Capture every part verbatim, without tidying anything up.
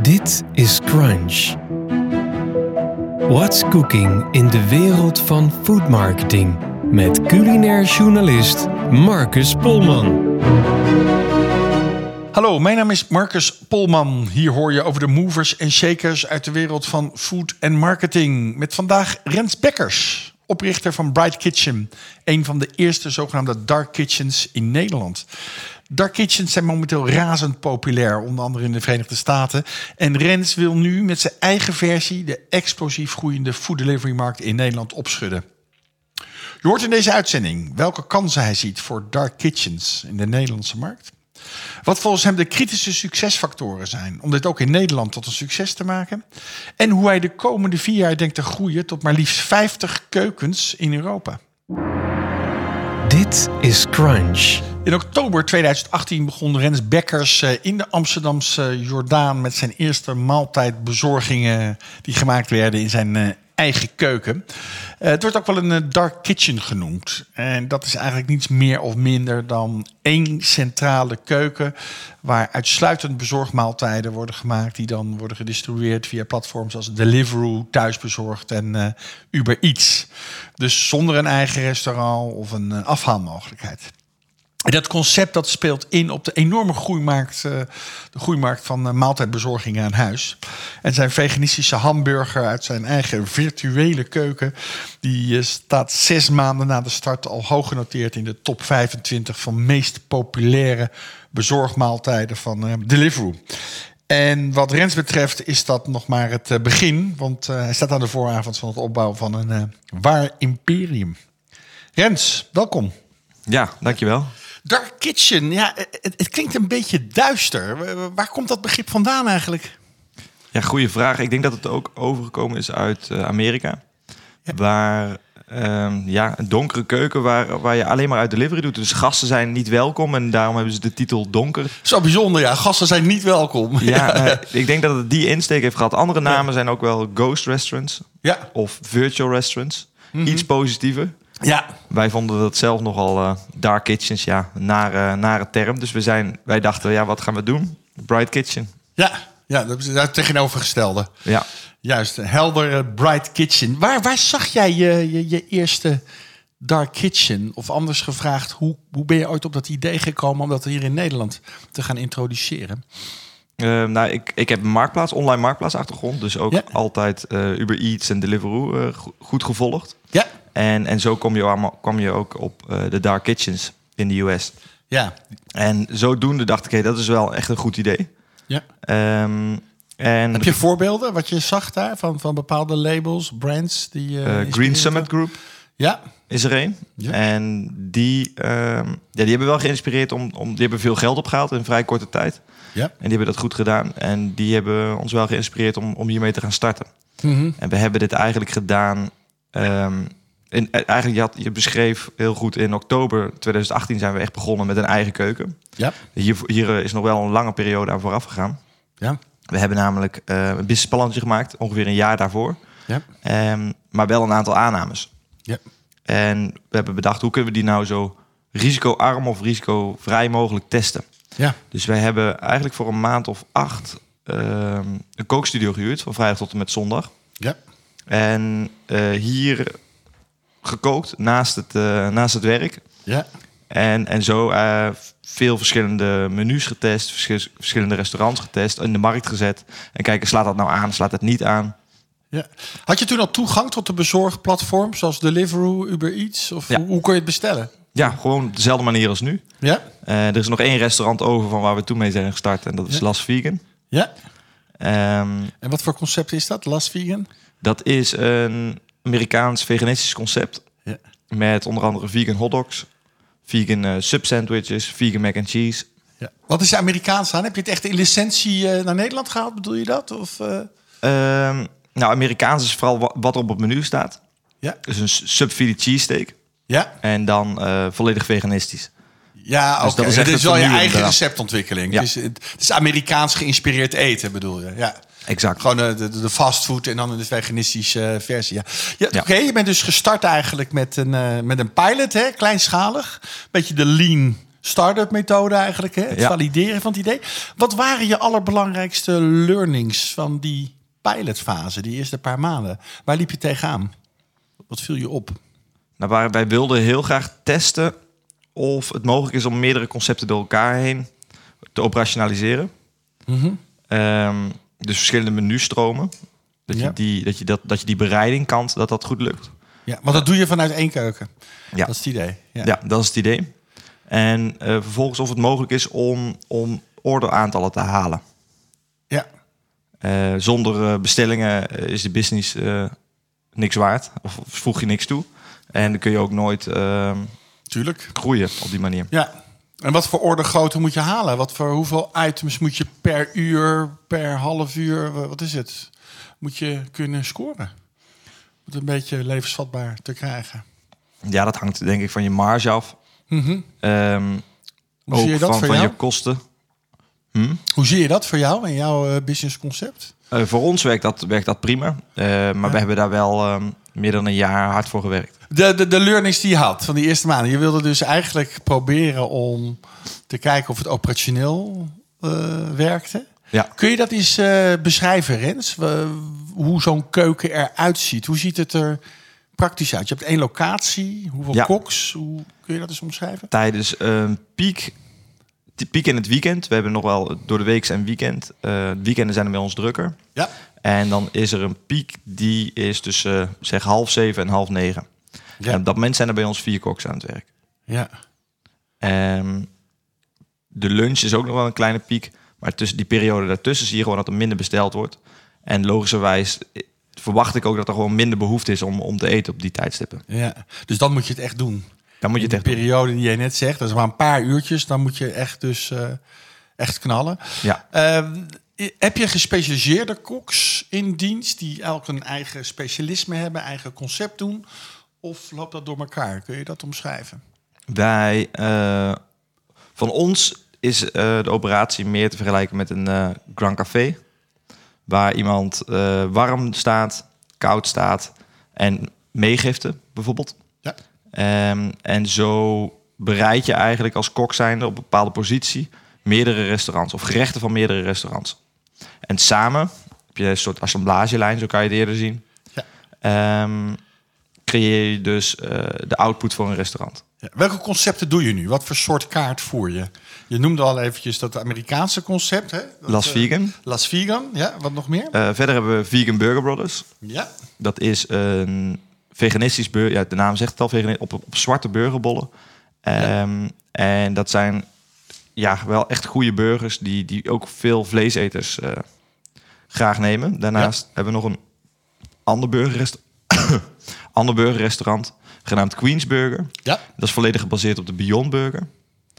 Dit is Crunch. What's cooking in de wereld van foodmarketing? Met culinair journalist Marcus Polman. Hallo, mijn naam is Marcus Polman. Hier hoor je over de movers en shakers uit de wereld van food en marketing. Met vandaag Rens Bekkers, oprichter van Bright Kitchen. Een van de eerste zogenaamde dark kitchens in Nederland. Dark kitchens zijn momenteel razend populair, onder andere in de Verenigde Staten. En Rens wil nu met zijn eigen versie de explosief groeiende food delivery markt in Nederland opschudden. Je hoort in deze uitzending welke kansen hij ziet voor dark kitchens in de Nederlandse markt. Wat volgens hem de kritische succesfactoren zijn om dit ook in Nederland tot een succes te maken. En hoe hij de komende vier jaar denkt te groeien tot maar liefst vijftig keukens in Europa. Dit is Crunch. In oktober tweeduizend achttien begon Rens Bekkers in de Amsterdamse Jordaan met zijn eerste maaltijdbezorgingen die gemaakt werden in zijn eigen keuken. Het wordt ook wel een dark kitchen genoemd. En dat is eigenlijk niets meer of minder dan één centrale keuken waar uitsluitend bezorgmaaltijden worden gemaakt die dan worden gedistribueerd via platforms als Deliveroo, Thuisbezorgd en uh, Uber Eats. Dus zonder een eigen restaurant of een uh, afhaalmogelijkheid. En dat concept dat speelt in op de enorme groeimarkt, uh, de groeimarkt van uh, maaltijdbezorging aan huis. En zijn veganistische hamburger uit zijn eigen virtuele keuken, die uh, staat zes maanden na de start al hoog genoteerd in de top vijfentwintig van meest populaire bezorgmaaltijden van uh, Deliveroo. En wat Rens betreft is dat nog maar het uh, begin, want uh, hij staat aan de vooravond van het opbouwen van een uh, waar imperium. Rens, welkom. Ja, dankjewel. Dark kitchen, ja, het, het klinkt een beetje duister. Waar komt dat begrip vandaan eigenlijk? Ja, goede vraag. Ik denk dat het ook overgekomen is uit uh, Amerika. Ja. Waar um, ja, een donkere keuken waar, waar je alleen maar uit delivery doet. Dus gasten zijn niet welkom en daarom hebben ze de titel donker. Zo bijzonder, ja. Gasten zijn niet welkom. Ja, maar ik denk dat het die insteek heeft gehad. Andere namen ja. zijn ook wel ghost restaurants ja. of virtual restaurants. Mm-hmm. Iets positiever. Ja. Wij vonden dat zelf nogal uh, dark kitchens, ja, nare, nare term. Dus we zijn, wij dachten, ja, wat gaan we doen? Bright Kitchen. Ja, ja, dat is het tegenovergestelde. Ja. Juist, een heldere Bright Kitchen. Waar, waar zag jij je, je, je eerste dark kitchen? Of anders gevraagd, hoe, hoe ben je ooit op dat idee gekomen om dat hier in Nederland te gaan introduceren? Uh, nou, ik, ik heb een marktplaats, online marktplaatsachtergrond. Dus ook ja. altijd uh, Uber Eats en Deliveroo uh, goed gevolgd. Ja. En, en zo kom je, allemaal, kwam je ook op uh, de dark kitchens in de U S. Ja. En zodoende dacht ik, hey, dat is wel echt een goed idee. Ja. Um, en heb je voorbeelden wat je zag daar van, van bepaalde labels, brands? die uh, uh, Green Summit Group ja. is er een. Ja. En die, um, ja, die hebben wel geïnspireerd om, om... Die hebben veel geld opgehaald in vrij korte tijd. Ja. En die hebben dat goed gedaan. En die hebben ons wel geïnspireerd om, om hiermee te gaan starten. Mm-hmm. En we hebben dit eigenlijk gedaan... Um, in, eigenlijk, je, had, je beschreef heel goed, in oktober tweeduizend achttien zijn we echt begonnen met een eigen keuken. Ja. Hier, hier is nog wel een lange periode aan vooraf gegaan. Ja. We hebben namelijk uh, een businessplanetje gemaakt, ongeveer een jaar daarvoor. Ja. Um, maar wel een aantal aannames. Ja. En we hebben bedacht, hoe kunnen we die nou zo risicoarm of risicovrij mogelijk testen? Ja. Dus wij hebben eigenlijk voor een maand of acht um, een kookstudio gehuurd, van vrijdag tot en met zondag. Ja. En uh, hier gekookt naast het, uh, naast het werk. Ja. En, en zo uh, veel verschillende menus getest, vers- verschillende restaurants getest, in de markt gezet. En kijken, slaat dat nou aan, slaat het niet aan? Ja. Had je toen al toegang tot de bezorgplatforms zoals Deliveroo, Uber Eats? Of ja. hoe, hoe kon je het bestellen? Ja, gewoon op dezelfde manier als nu. Ja. Uh, er is nog één restaurant over van waar we toen mee zijn gestart. En dat is ja. Las Vegan. Ja. Um, en wat voor concept is dat, Las Vegan? Dat is een Amerikaans veganistisch concept. Ja. Met onder andere vegan hotdogs, vegan uh, sub sandwiches, vegan mac and cheese. Ja. Wat is Amerikaans aan? Heb je het echt in licentie uh, naar Nederland gehaald, bedoel je dat? Of, uh... um, nou, Amerikaans is vooral wat er op het menu staat. Ja. Dus een sub Philly cheesesteak. Ja. En dan uh, volledig veganistisch. Ja, oké. Dus Okay. Het is wel je eigen inderdaad. receptontwikkeling. Ja. Het, is, het is Amerikaans geïnspireerd eten, bedoel je? Ja. Exact. Gewoon de, de, de fastfood en dan in de veganistische uh, versie. Ja. Ja, ja. Oké, okay, je bent dus gestart eigenlijk met een, uh, met een pilot, hè? Kleinschalig. Beetje de lean start-up methode eigenlijk, hè? Het Ja. valideren van het idee. Wat waren je allerbelangrijkste learnings van die pilotfase, die eerste paar maanden? Waar liep je tegenaan? Wat viel je op? Nou, waar wij wilden heel graag testen of het mogelijk is om meerdere concepten door elkaar heen te operationaliseren. Mm-hmm. Um, dus verschillende menustromen. Dat, Ja. je die, dat, je dat, dat je die bereidingkant, dat dat goed lukt. Ja, want dat doe je vanuit één keuken. Ja. Dat is het idee. Ja. Ja, dat is het idee. En uh, vervolgens of het mogelijk is om, om orderaantallen te halen. Ja. Uh, zonder uh, bestellingen is de business uh, niks waard. Of voeg je niks toe. En dan kun je ook nooit uh, Tuurlijk. groeien op die manier. Ja. En wat voor ordergrootte moet je halen? Wat voor hoeveel items moet je per uur, per half uur, wat is het? Moet je kunnen scoren? Om het een beetje levensvatbaar te krijgen. Ja, dat hangt denk ik van je marge af. Mm-hmm. Um, Hoe ook zie je dat van, voor van jou? je kosten. Hm? Hoe zie je dat voor jou en jouw uh, businessconcept? Uh, voor ons werkt dat, werkt dat prima. Uh, maar Ja. we hebben daar wel um, meer dan een jaar hard voor gewerkt. De, de, de learnings die je had van die eerste maanden. Je wilde dus eigenlijk proberen om te kijken of het operationeel uh, werkte. Ja. Kun je dat eens uh, beschrijven, Rens? We, hoe zo'n keuken eruit ziet? Hoe ziet het er praktisch uit? Je hebt één locatie. Hoeveel Ja. koks? Hoe kun je dat eens omschrijven? Tijdens een piek, die piek in het weekend. We hebben nog wel door de week en weekend. Uh, weekenden zijn er bij ons drukker. Ja. En dan is er een piek die is tussen uh, zeg half zeven en half negen. Ja. En op dat moment zijn er bij ons vier koks aan het werk. Ja. Um, de lunch is ook nog wel een kleine piek. Maar tussen die periode daartussen zie je gewoon dat er minder besteld wordt. En logischerwijs verwacht ik ook dat er gewoon minder behoefte is om, om te eten op die tijdstippen. Ja. Dus dan moet je het echt doen. Dan moet je In het de echt doen. periode die jij net zegt, dat is maar een paar uurtjes. Dan moet je echt dus uh, echt knallen. Ja. Uh, heb je gespecialiseerde koks in dienst die elk een eigen specialisme hebben, eigen concept doen? Of loopt dat door elkaar? Kun je dat omschrijven? Wij, uh, van ons is uh, de operatie meer te vergelijken met een uh, Grand Café. Waar iemand uh, warm staat, koud staat en meegiften bijvoorbeeld. Ja. Um, en zo bereid je eigenlijk als kok zijnde op een bepaalde positie meerdere restaurants of gerechten van meerdere restaurants. En samen heb je een soort assemblagelijn, zo kan je het eerder zien. Ja. Um, creëer je dus uh, de output voor een restaurant. Ja. Welke concepten doe je nu? Wat voor soort kaart voer je? Je noemde al eventjes dat Amerikaanse concept. Hè? Dat, Las uh, Vegan. Las Vegan, ja. Wat nog meer? Uh, verder hebben we Vegan Burger Brothers. Ja. Dat is een veganistisch burger. Ja, de naam zegt het al, vegan, op, op zwarte burgerbollen. Um, ja. En dat zijn ja, wel echt goede burgers die, die ook veel vleeseters uh, graag nemen. Daarnaast ja. hebben we nog een ander burgerrestaurant. ander burgerrestaurant genaamd Queen's Burger. Ja. Dat is volledig gebaseerd op de Beyond Burger.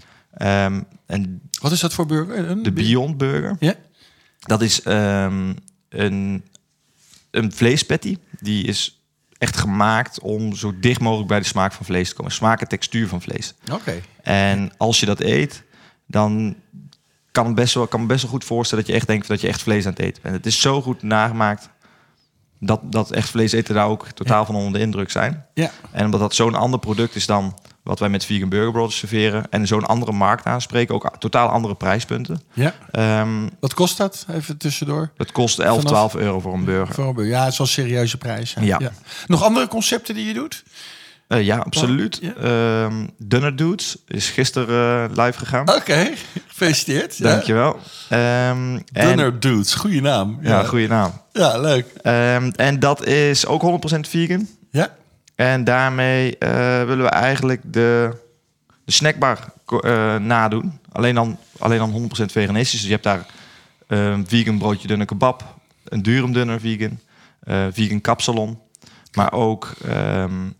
Um, en Wat is dat voor burger? Een de Beyond Burger. Ja. Dat is um, een, een vleespatty. Die is echt gemaakt om zo dicht mogelijk bij de smaak van vlees te komen. Smaak en textuur van vlees. Oké. Okay. En als je dat eet, dan kan het best wel, kan me best wel goed voorstellen dat je echt denkt dat je echt vlees aan het eten bent. Het is zo goed nagemaakt dat, dat echt vleeseters daar ook totaal ja. van onder de indruk zijn. Ja. En omdat dat zo'n ander product is dan wat wij met Vegan Burger Brothers serveren en zo'n andere markt aanspreken, ook totaal andere prijspunten. Ja. Um, wat kost dat? Even tussendoor. Het kost elf, twaalf euro voor een burger. Voor een burger. Ja, het is wel een serieuze prijs. Ja. Ja. Nog andere concepten die je doet? Uh, ja, absoluut. Ja. Um, Dunner Dudes is gisteren uh, live gegaan. Oké, okay. Gefeliciteerd. Dankjewel. Ja. Um, Dunner en, Dudes, goede naam. Ja, ja goede naam. Ja, leuk. Um, en dat is ook honderd procent vegan. Ja. En daarmee uh, willen we eigenlijk de, de snackbar uh, nadoen. Alleen dan, alleen dan honderd procent veganistisch. Dus je hebt daar een uh, vegan broodje dunner kebab, een durum dunner vegan, uh, vegan kapsalon, maar ook um,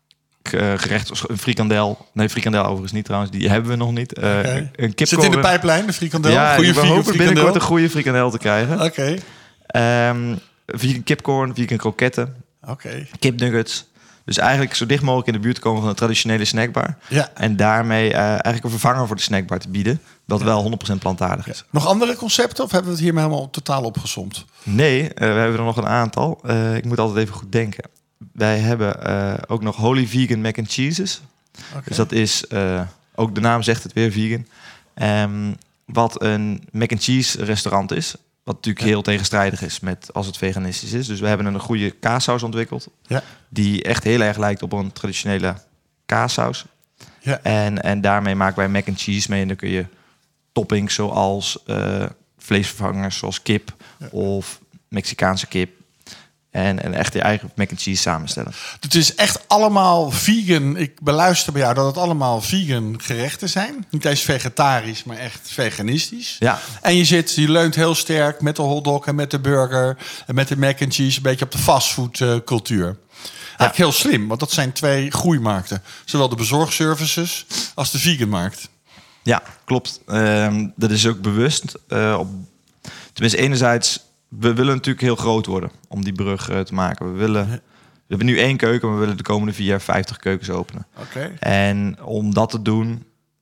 gerecht, een frikandel. Nee, frikandel overigens niet trouwens. Die hebben we nog niet. Uh, okay. Een kip Zit in de pijplijn, de frikandel? Ja, goeie we hopen binnenkort een goede frikandel te krijgen. Oké. Okay. Um, vegan kipcorn, vegan kroketten, okay. kipnuggets. Dus eigenlijk zo dicht mogelijk in de buurt komen van een traditionele snackbar. Ja. En daarmee uh, eigenlijk een vervanger voor de snackbar te bieden. Dat ja. wel honderd procent plantaardig is. Ja. Nog andere concepten of hebben we het hier maar helemaal totaal opgesomd? Nee, uh, we hebben er nog een aantal. Uh, ik moet altijd even goed denken. Wij hebben uh, ook nog Holy Vegan Mac and Cheeses. Okay. Dus dat is uh, ook de naam zegt het weer, vegan. Um, wat een mac and cheese restaurant is. Wat natuurlijk ja. heel tegenstrijdig is met als het veganistisch is. Dus we hebben een goede kaassaus ontwikkeld. Ja. Die echt heel erg lijkt op een traditionele kaassaus. Ja. En, en daarmee maken wij mac and cheese mee. En dan kun je toppings zoals uh, vleesvervangers zoals kip ja. of Mexicaanse kip. En, en echt je eigen mac and cheese samenstellen. Het is echt allemaal vegan. Ik beluister bij jou dat het allemaal vegan gerechten zijn. Niet eens vegetarisch, maar echt veganistisch. Ja. En je zit, je leunt heel sterk met de hotdog en met de burger en met de mac and cheese een beetje op de fastfood uh, cultuur. Eigenlijk ja. heel slim, want dat zijn twee groeimarkten. Zowel de bezorgservices als de veganmarkt. Ja, klopt. Um, dat is ook bewust. Uh, op, tenminste, enerzijds, we willen natuurlijk heel groot worden om die brug uh, te maken. We willen, we hebben nu één keuken, maar we willen de komende vier jaar vijftig keukens openen. Okay. En om dat te doen,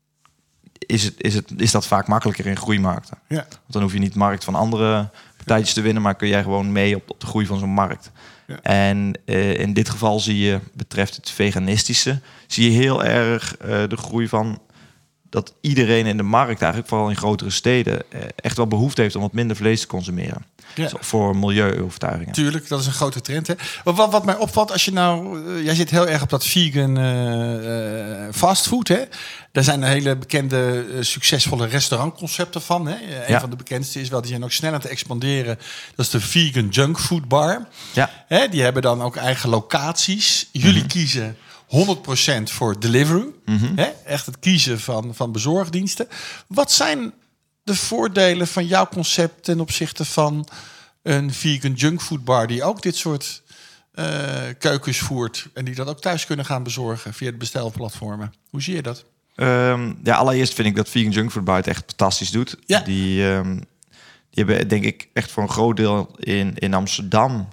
is, het, is, het, is dat vaak makkelijker in groeimarkten. Ja. Want dan hoef je niet markt van andere partijtjes te winnen, maar kun jij gewoon mee op, op de groei van zo'n markt. Ja. En uh, in dit geval zie je, betreft het veganistische, zie je heel erg uh, de groei van dat iedereen in de markt, eigenlijk vooral in grotere steden, uh, echt wel behoefte heeft om wat minder vlees te consumeren. Ja. Voor milieuovertuigingen. Tuurlijk, dat is een grote trend. Hè? Wat, wat, wat mij opvalt, als je nou, uh, jij zit heel erg op dat vegan uh, uh, fastfood. Hè? Daar zijn hele bekende, uh, succesvolle restaurantconcepten van. Hè? Uh, een ja. van de bekendste is wel, die zijn ook snel aan het expanderen. Dat is de Vegan Junk Food Bar. Ja. Hè? Die hebben dan ook eigen locaties. Jullie mm-hmm. kiezen honderd procent voor delivery. Mm-hmm. Hè? Echt het kiezen van, van bezorgdiensten. Wat zijn de voordelen van jouw concept ten opzichte van een vegan junkfood bar die ook dit soort uh, keukens voert en die dat ook thuis kunnen gaan bezorgen via de bestelplatformen? Hoe zie je dat? Um, ja, allereerst vind ik dat vegan junkfood bar het echt fantastisch doet. Ja. Die, um, die hebben denk ik echt voor een groot deel in, in Amsterdam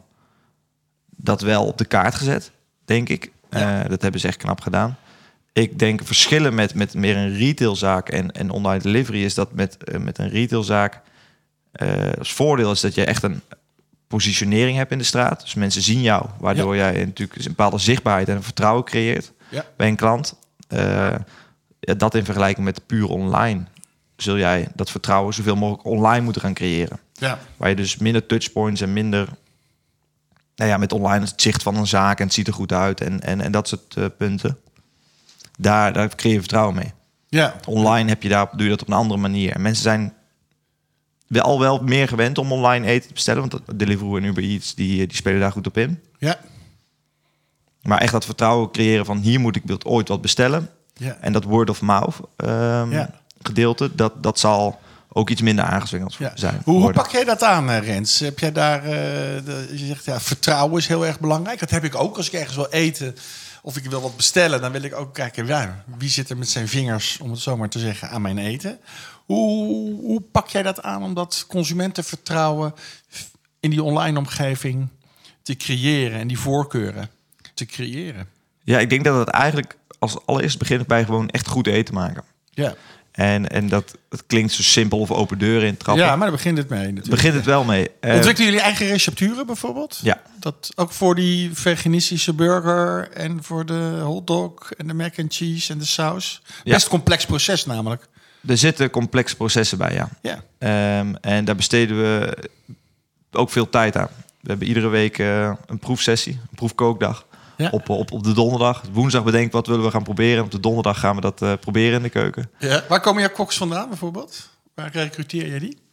dat wel op de kaart gezet, denk ik. Ja. Uh, dat hebben ze echt knap gedaan. Ik denk verschillen met, met meer een retailzaak en, en online delivery is dat met, uh, met een retailzaak uh, als voordeel is dat je echt een positionering hebt in de straat. Dus mensen zien jou, waardoor ja. jij natuurlijk een bepaalde zichtbaarheid en een vertrouwen creëert ja. bij een klant. Uh, ja, dat in vergelijking met puur online zul jij dat vertrouwen zoveel mogelijk online moeten gaan creëren. Ja. Waar je dus minder touchpoints en minder, nou ja, met online het zicht van een zaak en het ziet er goed uit en, en, en dat soort uh, punten. Daar, daar creëer je vertrouwen mee. Ja. Online heb je daar, doe je dat op een andere manier. En mensen zijn wel al wel meer gewend om online eten te bestellen. Want Deliveroo en Uber Eats, die, die spelen daar goed op in. Ja. Maar echt dat vertrouwen creëren van hier moet ik ooit wat bestellen. Ja. En dat word of mouth um, ja. gedeelte, dat, dat zal ook iets minder aangezwengeld ja. zijn. Hoe, hoe pak jij dat aan, Rens? Heb jij daar, uh, de, je zegt ja, vertrouwen is heel erg belangrijk. Dat heb ik ook als ik ergens wil eten of ik wil wat bestellen, dan wil ik ook kijken, ja, wie zit er met zijn vingers, om het zo maar te zeggen, aan mijn eten. Hoe, hoe pak jij dat aan om dat consumentenvertrouwen in die online omgeving te creëren en die voorkeuren te creëren? Ja, ik denk dat het eigenlijk als allereerst begint bij gewoon echt goed eten maken. Ja. En, en dat het klinkt zo simpel of open deuren in trappen. Ja, maar daar begint het mee natuurlijk. Begint het wel mee. Ontwikkelen jullie eigen recepturen bijvoorbeeld? Ja. Dat ook voor die veganistische burger en voor de hotdog en de mac and cheese en de saus? Ja. Best complex proces namelijk. Er zitten complexe processen bij, ja. ja. Um, en daar besteden we ook veel tijd aan. We hebben iedere week uh, een proefsessie, een proefkookdag. Ja. Op, op, op de donderdag. Woensdag bedenken wat willen we gaan proberen. Op de donderdag gaan we dat uh, proberen in de keuken. Ja. Waar komen jouw koks vandaan bijvoorbeeld? Waar recruteer je die?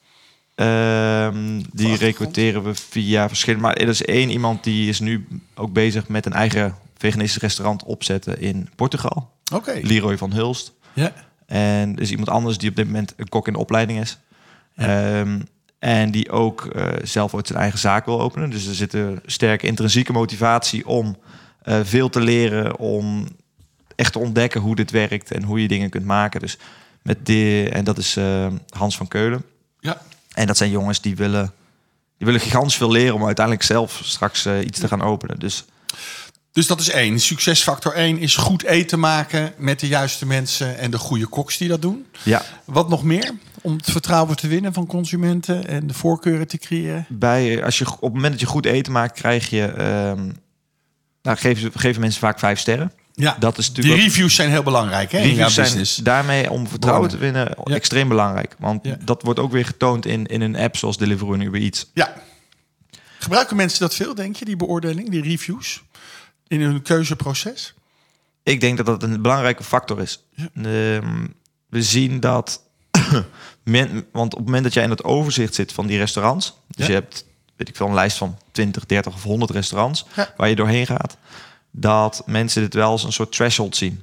Um, die recruteren we via verschillende. Maar er is één iemand die is nu ook bezig met een eigen veganistisch restaurant opzetten in Portugal. Oké. Okay. Leroy van Hulst. Ja. En er is iemand anders die op dit moment een kok in de opleiding is. Ja. Um, en die ook uh, zelf ooit zijn eigen zaak wil openen. Dus er zit een sterke intrinsieke motivatie om Uh, veel te leren, om echt te ontdekken hoe dit werkt en hoe je dingen kunt maken. Dus met die, en dat is uh, Hans van Keulen. Ja. En dat zijn jongens die willen, die willen gigantisch veel leren om uiteindelijk zelf straks uh, iets te gaan openen. Dus, dus dat is één. Succesfactor één is goed eten maken met de juiste mensen en de goede koks die dat doen. Ja. Wat nog meer om het vertrouwen te winnen van consumenten en de voorkeuren te creëren? Bij, als je op het moment dat je goed eten maakt, krijg je Um, Nou, geven, geven mensen vaak vijf sterren. Ja, dat is natuurlijk die reviews zijn heel belangrijk, hè? In jouw Reviews zijn business. daarmee om vertrouwen Bronnen. te winnen Ja. extreem belangrijk. Want Ja. dat wordt ook weer getoond in, in een app zoals Deliveroo en Uber Eats. Ja. Gebruiken mensen dat veel, denk je, die beoordeling, die reviews, in hun keuzeproces? Ik denk dat dat een belangrijke factor is. Ja. Ehm, we zien dat... men, want op het moment dat jij in het overzicht zit van die restaurants... dus Ja. je hebt, weet ik veel, een lijst van twintig, dertig of honderd restaurants... Ja. waar je doorheen gaat... dat mensen dit wel als een soort threshold zien.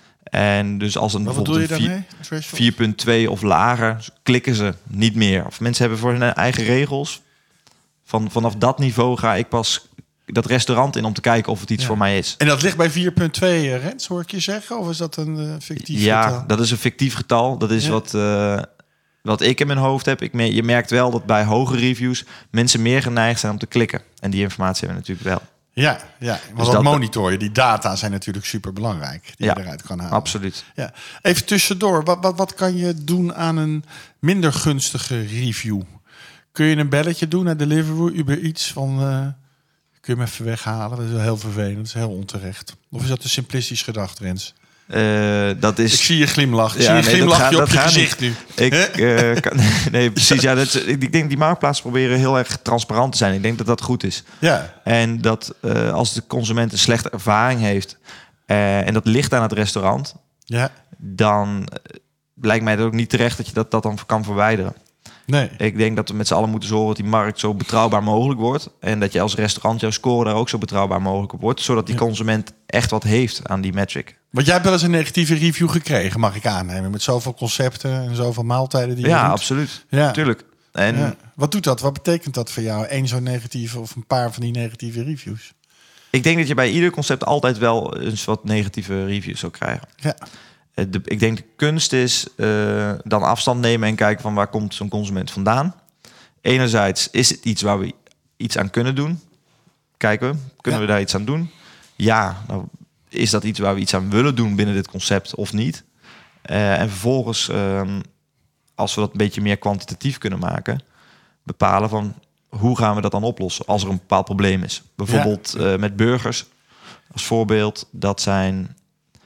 En dus als een Wat bedoel je bijvoorbeeld een daarmee? Threshold? vier punt twee of lager, klikken ze niet meer. Of mensen hebben voor hun eigen regels. Van, vanaf dat niveau ga ik pas dat restaurant in om te kijken of het iets Ja. voor mij is. En dat ligt bij vier punt twee, uh, Rens, hoor ik je zeggen? Of is dat een uh, fictief Ja, getal? dat is een fictief getal. Dat is Ja. wat, uh, wat ik in mijn hoofd heb. Ik me, je merkt wel dat bij hoge reviews mensen meer geneigd zijn om te klikken. En die informatie hebben we natuurlijk wel. Ja, ja. Want Dus dat dat- monitoren, die data zijn natuurlijk super belangrijk. Die Ja, je eruit kan halen. Absoluut. Ja. Even tussendoor, wat, wat, wat kan je doen aan een minder gunstige review? Kun je een belletje doen naar Deliveroo, Uber Eats van... Uh, kun je hem even weghalen? Dat is wel heel vervelend, dat is heel onterecht. Of is dat te simplistisch gedacht, Rens? Uh, dat is... Ik zie je glimlach. Ik Ja, zie je nee, dat glimlachje gaat- op dat je gaat gezicht niet. nu. Ik, uh, kan, nee, precies. Ja, dat is, ik, ik denk die marktplaatsen proberen heel erg transparant te zijn. Ik denk dat dat goed is. Ja, En dat uh, als de consument een slechte ervaring heeft... Uh, en dat ligt aan het restaurant... ja. dan uh, lijkt mij dat ook niet terecht dat je dat, dat dan kan verwijderen. Nee. Ik denk dat we met z'n allen moeten zorgen dat die markt zo betrouwbaar mogelijk wordt. En dat je als restaurant jouw score daar ook zo betrouwbaar mogelijk op wordt. Zodat die Ja. consument echt wat heeft aan die metric. Want jij hebt wel eens een negatieve review gekregen, mag ik aannemen. Met zoveel concepten en zoveel maaltijden die je Ja, doet. absoluut. Ja. Tuurlijk. En Ja. Wat doet dat? Wat betekent dat voor jou? Eén zo'n negatieve of een paar van die negatieve reviews? ik denk dat je bij ieder concept altijd wel eens wat negatieve reviews zou krijgen. Ja, Eh, De, ik denk de kunst is uh, dan afstand nemen en kijken van waar komt zo'n consument vandaan. Enerzijds is het iets waar we iets aan kunnen doen. Kijken we, kunnen Ja. we daar iets aan doen? Ja, nou, is dat iets waar we iets aan willen doen binnen dit concept of niet? Uh, en vervolgens, um, als we dat een beetje meer kwantitatief kunnen maken, bepalen van hoe gaan we dat dan oplossen als er een bepaald probleem is. Bijvoorbeeld ja. uh, met burgers als voorbeeld, dat zijn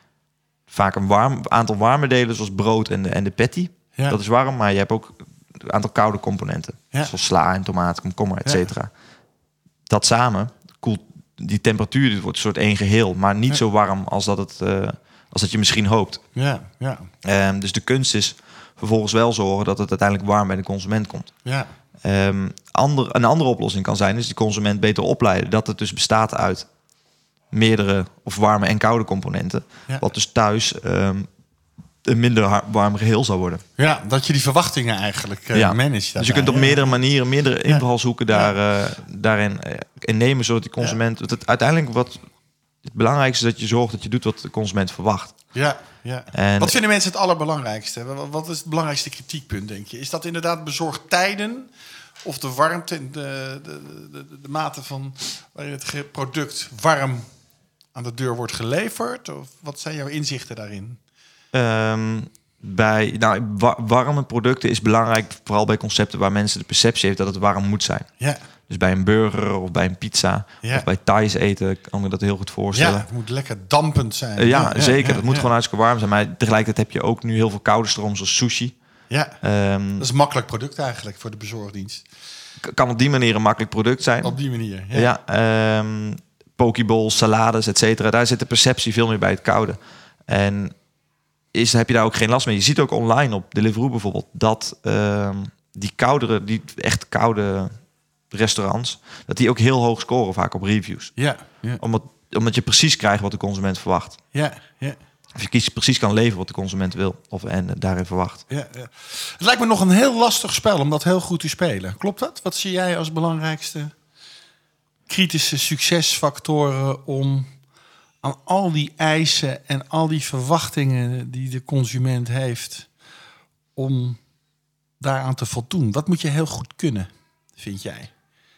vaak een warm aantal warme delen zoals brood en de, en de patty. Ja. Dat is warm, maar je hebt ook een aantal koude componenten. Ja. Zoals sla en tomaat, komkommer, et Ja. cetera. Dat samen koelt die temperatuur, dit wordt een soort één geheel, maar niet Ja. zo warm als dat, het, uh, als dat je misschien hoopt. ja, ja. Um, dus de kunst is vervolgens wel zorgen dat het uiteindelijk warm bij de consument komt. ja. Um, ander, een andere oplossing kan zijn, is die consument beter opleiden. Dat het dus bestaat uit meerdere of warme en koude componenten. Ja. Wat dus thuis um, een minder har- warm geheel zou worden. Ja, dat je die verwachtingen eigenlijk uh, Ja. managt. Dus je kunt op ja. meerdere manieren, meerdere Ja. invalshoeken daar, uh, daarin uh, in nemen, zodat die consument... Ja. Het uiteindelijk wat het belangrijkste is dat je zorgt dat je doet wat de consument verwacht. Ja, ja. En- Wat vinden mensen het allerbelangrijkste? Wat- Wat is het belangrijkste kritiekpunt, denk je? Is dat inderdaad bezorgd tijden? Of de warmte, en de, de, de, de, de mate van waarin het ge- product warm aan de deur wordt geleverd? Of wat zijn jouw inzichten daarin? Um, bij nou, wa- warme producten is belangrijk, vooral bij concepten waar mensen de perceptie heeft dat het warm moet zijn. Ja, Dus bij een burger of bij een pizza Ja. of bij Thais eten kan me dat heel goed voorstellen. ja, het moet lekker dampend zijn. Uh, ja, zeker. ja, dat moet ja. gewoon hartstikke warm zijn. Maar tegelijkertijd heb je ook nu heel veel koude stroom zoals sushi. Ja, Um, dat is een makkelijk product eigenlijk voor de bezorgdienst. k- kan op die manier een makkelijk product zijn. Op die manier. Ja, Ja, um, pokeballs, salades, et cetera. Daar zit de perceptie veel meer bij het koude. En is, heb je daar ook geen last mee. Je ziet ook online op Deliveroo bijvoorbeeld dat um, die koudere, die echt koude restaurants, dat die ook heel hoog scoren vaak op reviews. ja, ja. Omdat, omdat je precies krijgt wat de consument verwacht. ja, ja. Of je kies, precies kan leveren wat de consument wil of en daarin verwacht. Ja, ja. Het lijkt me nog een heel lastig spel om dat heel goed te spelen. Klopt dat? Wat zie jij als belangrijkste kritische succesfactoren om aan al die eisen en al die verwachtingen die de consument heeft, om daaraan te voldoen? Wat moet je heel goed kunnen, vind jij?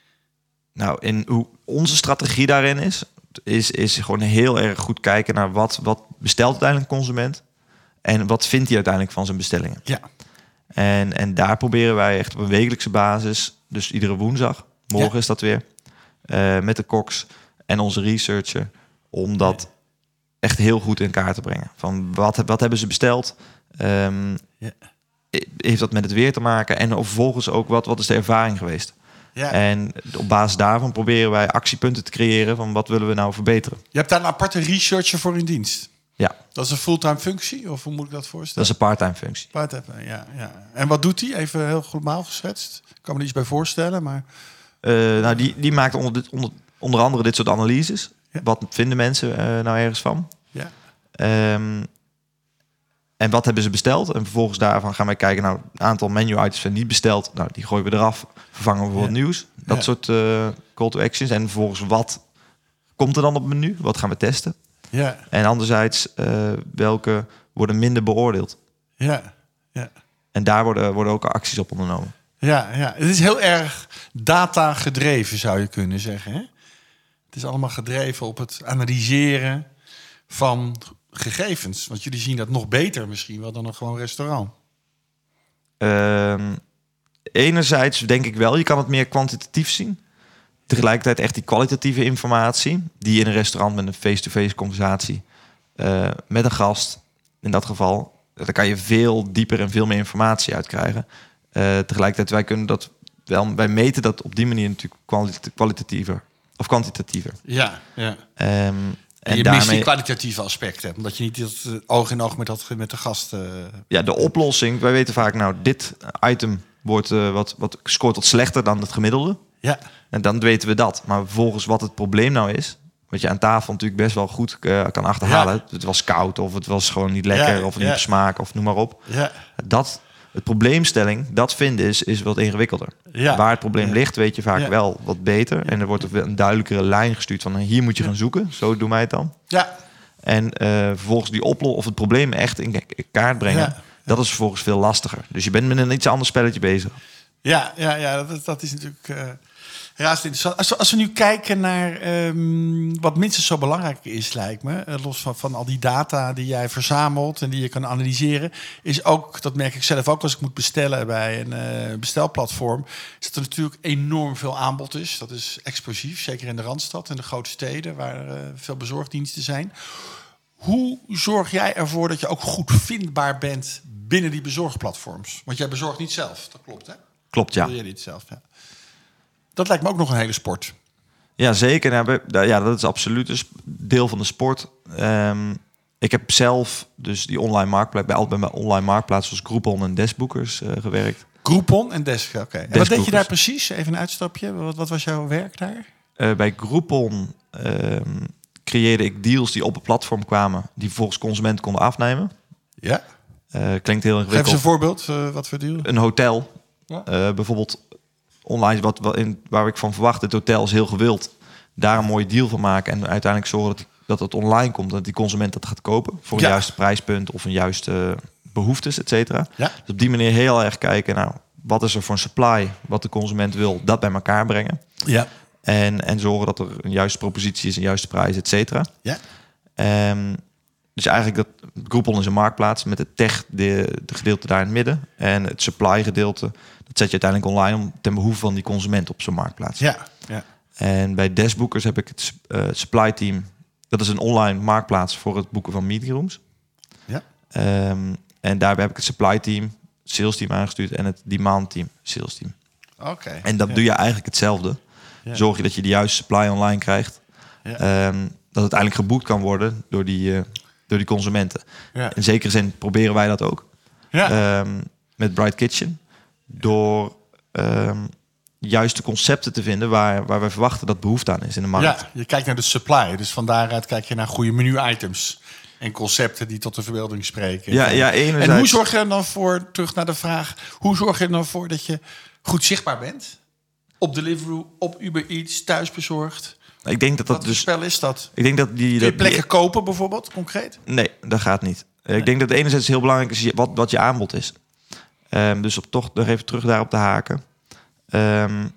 Nou, in hoe onze strategie daarin is, is, is gewoon heel erg goed kijken naar wat, wat bestelt uiteindelijk de consument en wat vindt hij uiteindelijk van zijn bestellingen. Ja, En, en daar proberen wij echt op een wekelijkse basis, dus iedere woensdag, morgen Ja. is dat weer, uh, met de koks en onze researcher, om dat echt heel goed in kaart te brengen. Van wat, wat hebben ze besteld? Um, ja. Heeft dat met het weer te maken? En vervolgens ook wat, wat is de ervaring geweest? Ja. En op basis daarvan proberen wij actiepunten te creëren van wat willen we nou verbeteren. Je hebt daar een aparte researcher voor in dienst. Ja. Dat is een fulltime functie, of hoe moet ik dat voorstellen? Dat is een parttime functie. Part-time, ja, ja. En wat doet hij? Even heel globaal geschetst. Ik kan me er iets bij voorstellen, maar... Uh, nou, die, die maakt onder, dit, onder, onder andere dit soort analyses. Ja. Wat vinden mensen uh, nou ergens van? Ja. Um, en wat hebben ze besteld? En vervolgens daarvan gaan wij kijken... nou, een aantal menu-items zijn niet besteld. Nou, die gooien we eraf. Vervangen we voor ja. wat nieuws. Dat ja. soort uh, call to actions. En vervolgens wat komt er dan op het menu? Wat gaan we testen? Ja. En anderzijds, uh, welke worden minder beoordeeld? Ja. Ja. En daar worden, worden ook acties op ondernomen. Ja, ja, het is heel erg data gedreven, zou je kunnen zeggen. Hè? Het is allemaal gedreven op het analyseren van gegevens. Want jullie zien dat nog beter misschien wel dan een gewoon restaurant. Uh, enerzijds denk ik wel, je kan het meer kwantitatief zien. Tegelijkertijd echt die kwalitatieve informatie... die in een restaurant met een face-to-face conversatie... Uh, met een gast, in dat geval... daar kan je veel dieper en veel meer informatie uit krijgen. Uh, tegelijkertijd, wij kunnen dat wel... wij meten dat op die manier natuurlijk kwalit- kwalitatiever... of kwantitatiever. Ja, ja. Um, en, en je daarmee, mist die kwalitatieve aspecten. Omdat je niet het oog in oog met, dat, met de gast... Uh... Ja, de oplossing. Wij weten vaak, nou, dit item wordt uh, wat, wat scoort wat slechter dan het gemiddelde. Ja. En dan weten we dat. Maar vervolgens wat het probleem nou is... wat je aan tafel natuurlijk best wel goed uh, kan achterhalen. Ja. Het was koud of het was gewoon niet lekker... Ja, of niet ja. op smaak of noem maar op. Ja. Dat, het probleemstelling, dat vinden is, is wat ingewikkelder. Ja. Waar het probleem ja. ligt, weet je vaak ja. wel wat beter. Ja. En er wordt een duidelijkere lijn gestuurd van... hier moet je gaan zoeken, zo doen wij het dan. Ja. En uh, vervolgens die oplossing of het probleem echt in kaart brengen... Ja. dat is vervolgens veel lastiger. Dus je bent met een iets ander spelletje bezig. Ja, ja, ja dat, dat is natuurlijk... Uh... Ja, is interessant. Als we, als we nu kijken naar um, wat minstens zo belangrijk is, lijkt me, uh, los van, van al die data die jij verzamelt en die je kan analyseren, is ook, dat merk ik zelf ook als ik moet bestellen bij een uh, bestelplatform, is dat er natuurlijk enorm veel aanbod is. Dat is explosief, zeker in de Randstad en de grote steden waar uh, veel bezorgdiensten zijn. Hoe zorg jij ervoor dat je ook goed vindbaar bent binnen die bezorgplatforms? Want jij bezorgt niet zelf, dat klopt, hè? Klopt, ja. Dat doe je niet zelf, ja. Dat lijkt me ook nog een hele sport. Ja, zeker. Ja, dat is absoluut een deel van de sport. Um, ik heb zelf dus die online marktplaats... bij altijd bij online marktplaats zoals Groupon en Deskboekers uh, gewerkt. Groupon en Desk, oké. Okay. En wat deed je daar precies? Even een uitstapje. Wat, wat was jouw werk daar? Uh, bij Groupon um, creëerde ik deals die op het platform kwamen... die volgens consumenten konden afnemen. Ja. Uh, klinkt heel ingewikkeld. Geef eens een voorbeeld. Uh, wat voor deal? Een hotel. Ja. Uh, bijvoorbeeld... online, wat, wat in, waar ik van verwacht, het hotel is heel gewild. Daar een mooie deal van maken en uiteindelijk zorgen dat, dat het online komt, dat die consument dat gaat kopen voor een ja. juiste prijspunt of een juiste behoeftes, et cetera. Ja. Dus op die manier heel erg kijken, nou, wat is er voor een supply, wat de consument wil, dat bij elkaar brengen. Ja. En, en zorgen dat er een juiste propositie is, een juiste prijs, et cetera. Ja. Um, dus eigenlijk dat Groupon is een marktplaats met het tech de, de gedeelte daar in het midden en het supply gedeelte. Dat zet je uiteindelijk online om ten behoeve van die consument op zo'n marktplaats. Ja, ja. En bij Deskboekers heb ik het uh, supply team. Dat is een online marktplaats voor het boeken van meetingrooms. Ja. Um, en daarbij heb ik het supply team, sales team aangestuurd en het demand team, sales team. Oké. Okay. En dat ja. doe je eigenlijk hetzelfde. Ja. Zorg je dat je de juiste supply online krijgt. Ja. Um, dat het uiteindelijk geboekt kan worden door die, uh, door die consumenten. Ja. In zekere zin proberen wij dat ook. Ja. Um, met Bright Kitchen. Door um, juiste concepten te vinden waar, waar wij verwachten dat behoefte aan is in de markt. Ja, je kijkt naar de supply. Dus van daaruit kijk je naar goede menu-items. En concepten die tot de verbeelding spreken. Ja, ja, enerzijds... En hoe zorg je er dan voor, terug naar de vraag... hoe zorg je er dan voor dat je goed zichtbaar bent? Op Deliveroo, op Uber Eats, thuisbezorgd? Ik denk dat dat Wat dus... spel is dat? Ik denk dat die... Kun je dat plekken die... kopen bijvoorbeeld, concreet? Nee, dat gaat niet. Nee. Ik denk dat enerzijds heel belangrijk is wat, wat je aanbod is. Um, dus op toch nog even terug daarop te haken. Um,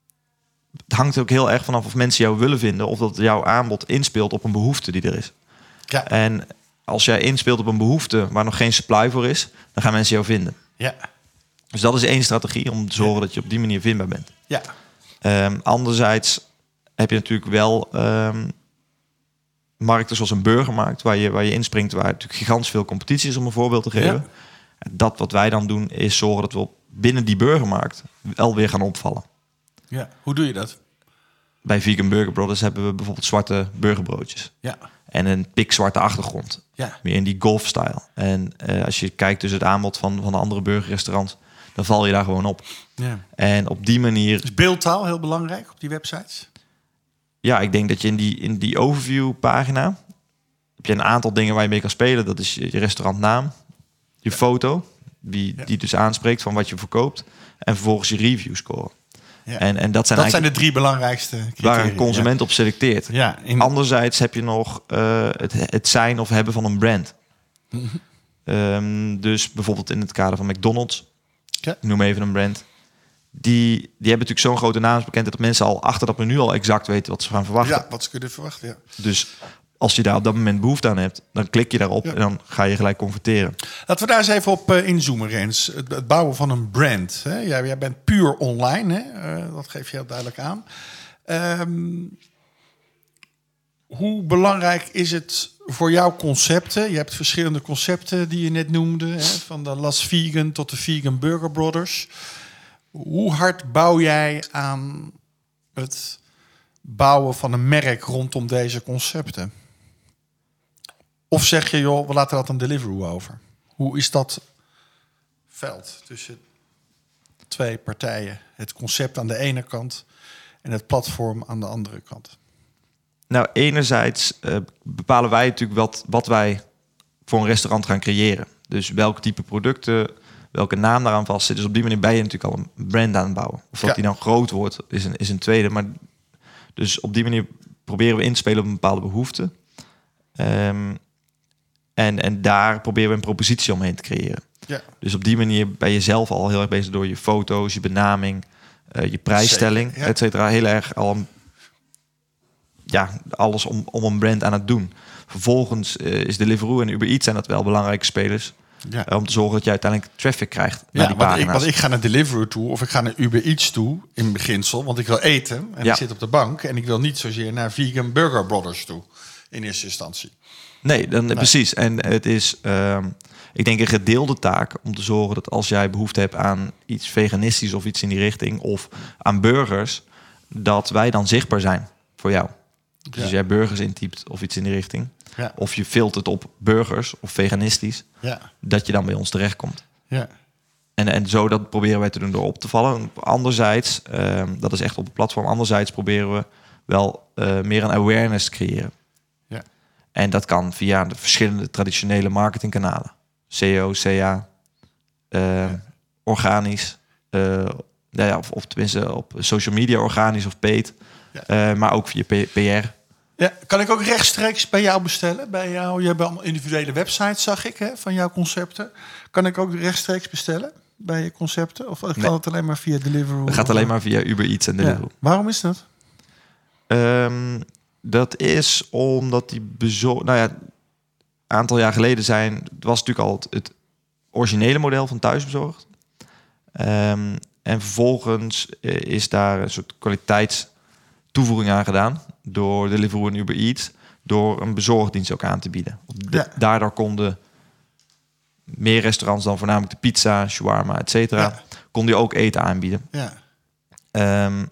het hangt ook heel erg vanaf of mensen jou willen vinden... of dat jouw aanbod inspeelt op een behoefte die er is. Ja. En als jij inspeelt op een behoefte waar nog geen supply voor is... dan gaan mensen jou vinden. Ja. Dus dat is één strategie om te zorgen ja. dat je op die manier vindbaar bent. Ja. Um, anderzijds heb je natuurlijk wel... Um, markten zoals een burgermarkt, waar je, waar je inspringt, waar natuurlijk gigantisch veel competitie is, om een voorbeeld te geven. Ja. Dat wat wij dan doen, is zorgen dat we op, binnen die burgermarkt wel weer gaan opvallen. Ja, hoe doe je dat? Bij Vegan Burger Brothers hebben we bijvoorbeeld zwarte burgerbroodjes. Ja. En een pikzwarte achtergrond. Ja. Meer in die golf-style. En uh, als je kijkt dus het aanbod van, van de andere burgerrestaurants, dan val je daar gewoon op. Ja. En op die manier... Is beeldtaal heel belangrijk op die websites? Ja, ik denk dat je in die, in die overview-pagina heb je een aantal dingen waar je mee kan spelen. Dat is je, je restaurantnaam, je ja. foto, die, ja. die dus aanspreekt van wat je verkoopt. En vervolgens je review score. Ja. En, en dat zijn, dat zijn de drie belangrijkste criteria. Waar een consument ja. op selecteert. Ja, in... Anderzijds heb je nog uh, het, het zijn of hebben van een brand. Mm-hmm. Um, dus bijvoorbeeld in het kader van McDonald's, ja. ik noem even een brand. Die, die hebben natuurlijk zo'n grote naamsbekendheid dat mensen al achter dat menu al exact weten wat ze gaan verwachten. Ja, wat ze kunnen verwachten, ja. Dus als je daar op dat moment behoefte aan hebt, dan klik je daarop ja. en dan ga je gelijk converteren. Laten we daar eens even op uh, inzoomen, Rens. Het, het bouwen van een brand. Hè? Jij, jij bent puur online, hè? Uh, dat geef je heel duidelijk aan. Um, hoe belangrijk is het voor jouw concepten? Je hebt verschillende concepten die je net noemde. Hè? Van de Las Vegan tot de Vegan Burger Brothers. Hoe hard bouw jij aan het bouwen van een merk rondom deze concepten? Of zeg je, joh, we laten dat aan Deliveroo over? Hoe is dat veld tussen twee partijen? Het concept aan de ene kant en het platform aan de andere kant. Nou, enerzijds uh, bepalen wij natuurlijk wat, wat wij voor een restaurant gaan creëren. Dus welk type producten, welke naam daaraan vast zit. Dus op die manier ben je natuurlijk al een brand aan het bouwen. Of dat ja. die dan groot wordt, is een, is een tweede. Maar dus op die manier proberen we in te spelen op een bepaalde behoefte. Um, en, en daar proberen we een propositie omheen te creëren. Ja. Dus op die manier ben je zelf al heel erg bezig door je foto's, je benaming, uh, je prijsstelling, Zeker, ja. et cetera. Heel erg al een, ja, alles om, om een brand aan het doen. Vervolgens uh, is Deliveroo en Uber Eats zijn dat wel belangrijke spelers. Ja. Uh, om te zorgen dat je uiteindelijk traffic krijgt naar ja, die want pagina's. Ik, want ik ga naar Deliveroo toe of ik ga naar Uber Eats toe in beginsel. Want ik wil eten en ja. ik zit op de bank. En ik wil niet zozeer naar Vegan Burger Brothers toe in eerste instantie. Nee, dan, nee. precies. En het is, uh, ik denk, een gedeelde taak om te zorgen dat als jij behoefte hebt aan iets veganistisch of iets in die richting, of aan burgers, dat wij dan zichtbaar zijn voor jou. Dus ja. als jij burgers intypt of iets in die richting, ja. of je filtert op burgers of veganistisch, ja. dat je dan bij ons terechtkomt. Ja. En, en zo dat proberen wij te doen door op te vallen. Anderzijds, uh, dat is echt op het platform, anderzijds proberen we wel uh, meer een awareness te creëren. Ja. En dat kan via de verschillende traditionele marketingkanalen. C O, C A, uh, ja. organisch, uh, ja, of, of tenminste op social media organisch of paid. Ja. Uh, maar ook via P R. Ja, kan ik ook rechtstreeks bij jou bestellen? Bij jou, je hebt allemaal individuele websites, zag ik, hè, van jouw concepten. Kan ik ook rechtstreeks bestellen bij je concepten? Of gaat nee. het alleen maar via Deliveroo? Het gaat alleen maar via Uber Eats en Deliveroo. Ja. Waarom is dat? Um, dat is omdat die bezorgd... Nou ja, een aantal jaar geleden zijn... Het was natuurlijk al het, het originele model van thuisbezorgd. Um, en vervolgens is daar een soort kwaliteitstoevoeging aan gedaan door Deliveroo en Uber Eats, door een bezorgdienst ook aan te bieden. Ja. Daardoor konden meer restaurants dan voornamelijk de pizza, shawarma, et cetera, ja. kon die ook eten aanbieden. Ja. Um,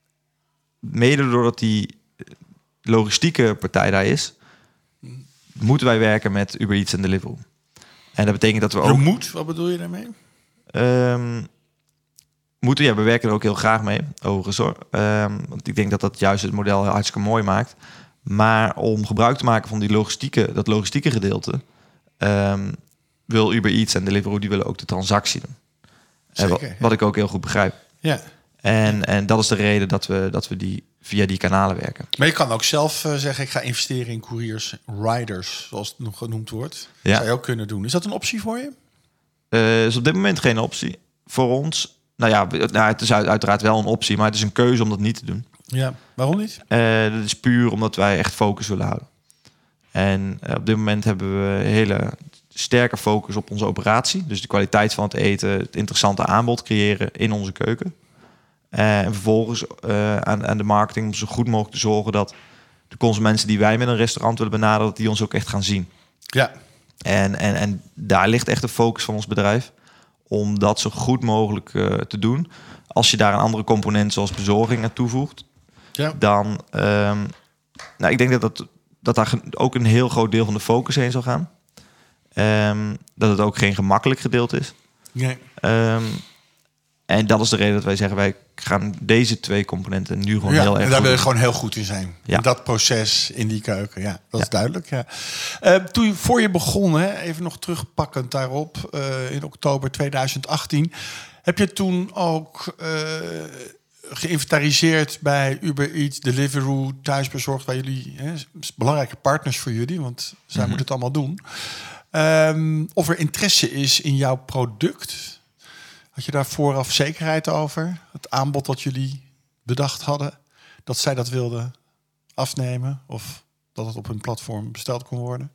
mede doordat die logistieke partij daar is, moeten wij werken met Uber Eats en Deliveroo. En dat betekent dat we ook... Je moet? Wat bedoel je daarmee? Um, moeten, ja, we werken er ook heel graag mee, overigens hoor. Um, want ik denk dat dat juist het model hartstikke mooi maakt. Maar om gebruik te maken van die logistieke, dat logistieke gedeelte, um, wil Uber Eats en Deliveroo, die willen ook de transactie doen. Zeker, wat, ja. wat ik ook heel goed begrijp. Ja. En, en dat is de reden dat we, dat we die via die kanalen werken. Maar je kan ook zelf uh, zeggen, ik ga investeren in couriers, riders, zoals het nog genoemd wordt. Ja. Dat zou je ook kunnen doen. Is dat een optie voor je? Uh, is op dit moment geen optie. Voor ons, nou ja, nou, het is uit, uiteraard wel een optie, maar het is een keuze om dat niet te doen. Ja, waarom niet? Uh, dat is puur omdat wij echt focus willen houden. En uh, op dit moment hebben we een hele sterke focus op onze operatie. Dus de kwaliteit van het eten, het interessante aanbod creëren in onze keuken. Uh, en vervolgens uh, aan, aan de marketing om zo goed mogelijk te zorgen dat de consumenten die wij met een restaurant willen benaderen, dat die ons ook echt gaan zien. Ja. En, en, en daar ligt echt de focus van ons bedrijf om dat zo goed mogelijk uh, te doen. Als je daar een andere component zoals bezorging aan toevoegt, Ja. dan... Um, nou, ik denk dat, dat, dat daar ook een heel groot deel van de focus heen zal gaan. Um, dat het ook geen gemakkelijk gedeelte is. Nee. Um, en dat is de reden dat wij zeggen, wij gaan deze twee componenten nu gewoon Ja, heel erg en daar goed wil je doen. gewoon heel goed in zijn. Ja. In dat proces, in die keuken. Ja, dat Ja. is duidelijk. Ja. Uh, toen je, voor je begon, hè, even nog terugpakkend daarop, uh, in oktober tweeduizend achttien... heb je toen ook uh, geïnventariseerd bij Uber Eats, Deliveroo, Thuisbezorgd, waar jullie, hè, belangrijke partners voor jullie, want zij Mm-hmm. moeten het allemaal doen. Um, of er interesse is in jouw product. Had je daar vooraf zekerheid over? Het aanbod dat jullie bedacht hadden, dat zij dat wilden afnemen of dat het op hun platform besteld kon worden?